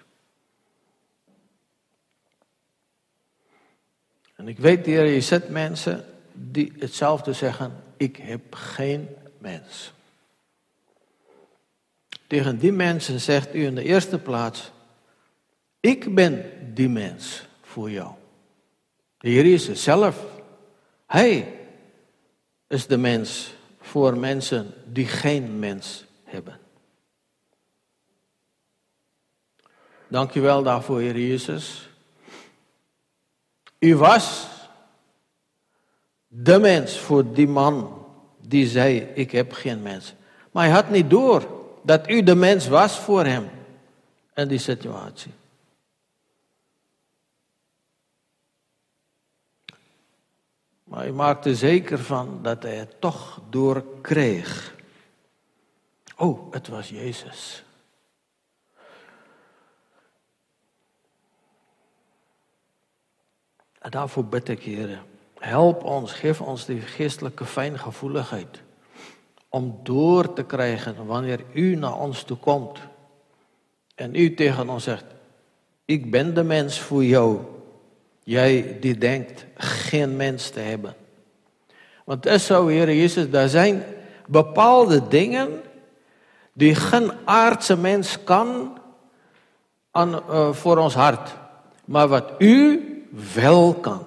En ik weet, Heer, je zet mensen die hetzelfde zeggen, ik heb geen mens. Tegen die mensen zegt u in de eerste plaats, ik ben die mens voor jou. De Heer Jezus zelf, Hij is de mens voor mensen die geen mens hebben. Dank u wel daarvoor, Heer Jezus. U was de mens voor die man die zei, ik heb geen mens. Maar hij had niet door dat u de mens was voor hem in die situatie. Maar u maakte zeker van dat hij het toch doorkreeg. Oh, het was Jezus. En daarvoor bid ik, Heer, help ons, geef ons die geestelijke fijngevoeligheid. Om door te krijgen wanneer u naar ons toe komt. En u tegen ons zegt, ik ben de mens voor jou. Jij die denkt geen mens te hebben. Want het is zo, Heer Jezus, er zijn bepaalde dingen die geen aardse mens kan voor ons hart. Maar wat u wel kan.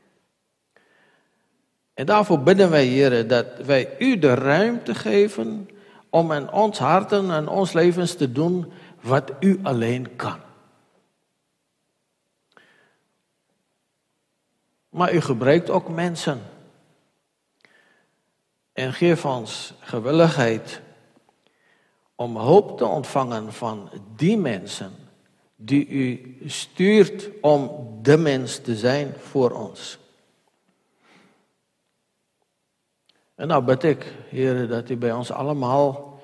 En daarvoor bidden wij, Heer, dat wij u de ruimte geven om in ons harten en ons levens te doen wat u alleen kan. Maar u gebruikt ook mensen. En geef ons gewilligheid om hulp te ontvangen van die mensen die u stuurt om de mens te zijn voor ons. En nou bid ik, Heer, dat u bij ons allemaal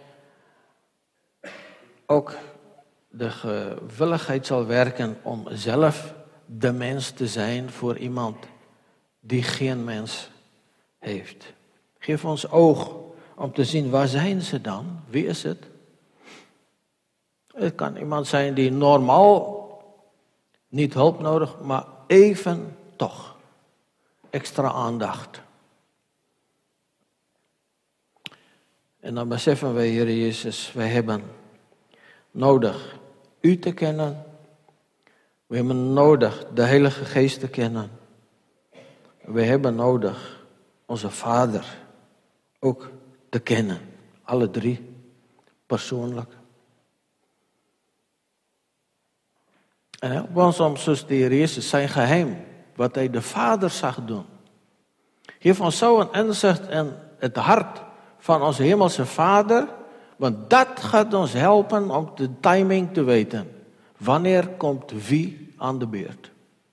ook de gewilligheid zal werken om zelf de mens te zijn voor iemand die geen mens heeft. Geef ons oog om te zien, waar zijn ze dan? Wie is het? Het kan iemand zijn die normaal niet hulp nodig, maar even toch extra aandacht. En dan beseffen wij, Heer Jezus, wij hebben nodig u te kennen. We hebben nodig de Heilige Geest te kennen. We hebben nodig onze Vader ook te kennen. Alle drie, persoonlijk. En help ons om, zoals de Heer Jezus, zijn geheim, wat hij de Vader zag doen. Geef ons zo een inzicht in het hart van onze hemelse Vader, want dat gaat ons helpen om de timing te weten. Wanneer komt wie aan de beurt?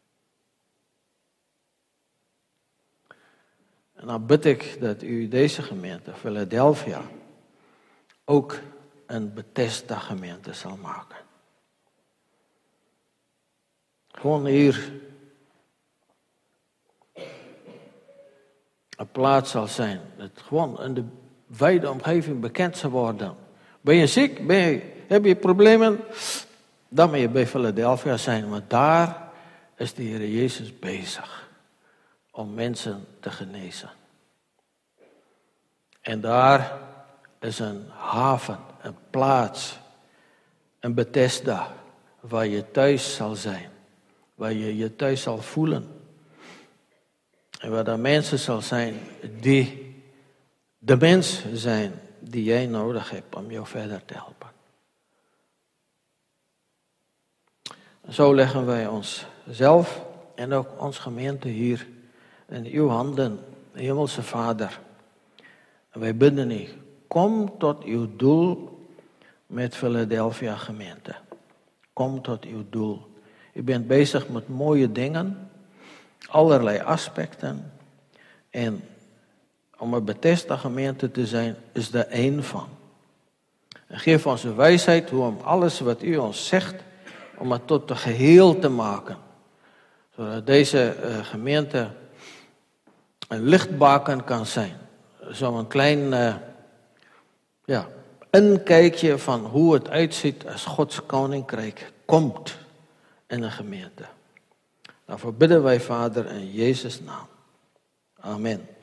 En dan bid ik dat u deze gemeente, Philadelphia, ook een Bethesda gemeente zal maken. Gewoon hier een plaats zal zijn. Dat gewoon in de wijde omgeving bekend zal worden. Ben je ziek? Heb je problemen? Dan moet je bij Philadelphia zijn. Want daar is de Heer Jezus bezig om mensen te genezen. En daar is een haven, een plaats, een Bethesda, waar je thuis zal zijn. Waar je je thuis zal voelen. En waar er mensen zal zijn die de mens zijn die jij nodig hebt om jou verder te helpen. Zo leggen wij onszelf en ook onze gemeente hier in uw handen Hemelse Vader, en wij bidden u, kom tot uw doel met Philadelphia gemeente. Kom tot uw doel. U bent bezig met mooie dingen, allerlei aspecten. En om een Bethesda gemeente te zijn, is er één van. En geef ons de wijsheid hoe om alles wat u ons zegt, om het tot een geheel te maken. Zodat deze gemeente een lichtbaken kan zijn. Zo'n klein inkijkje van hoe het uitziet als Gods koninkrijk komt in een gemeente. Daarvoor bidden wij, Vader, in Jezus' naam. Amen.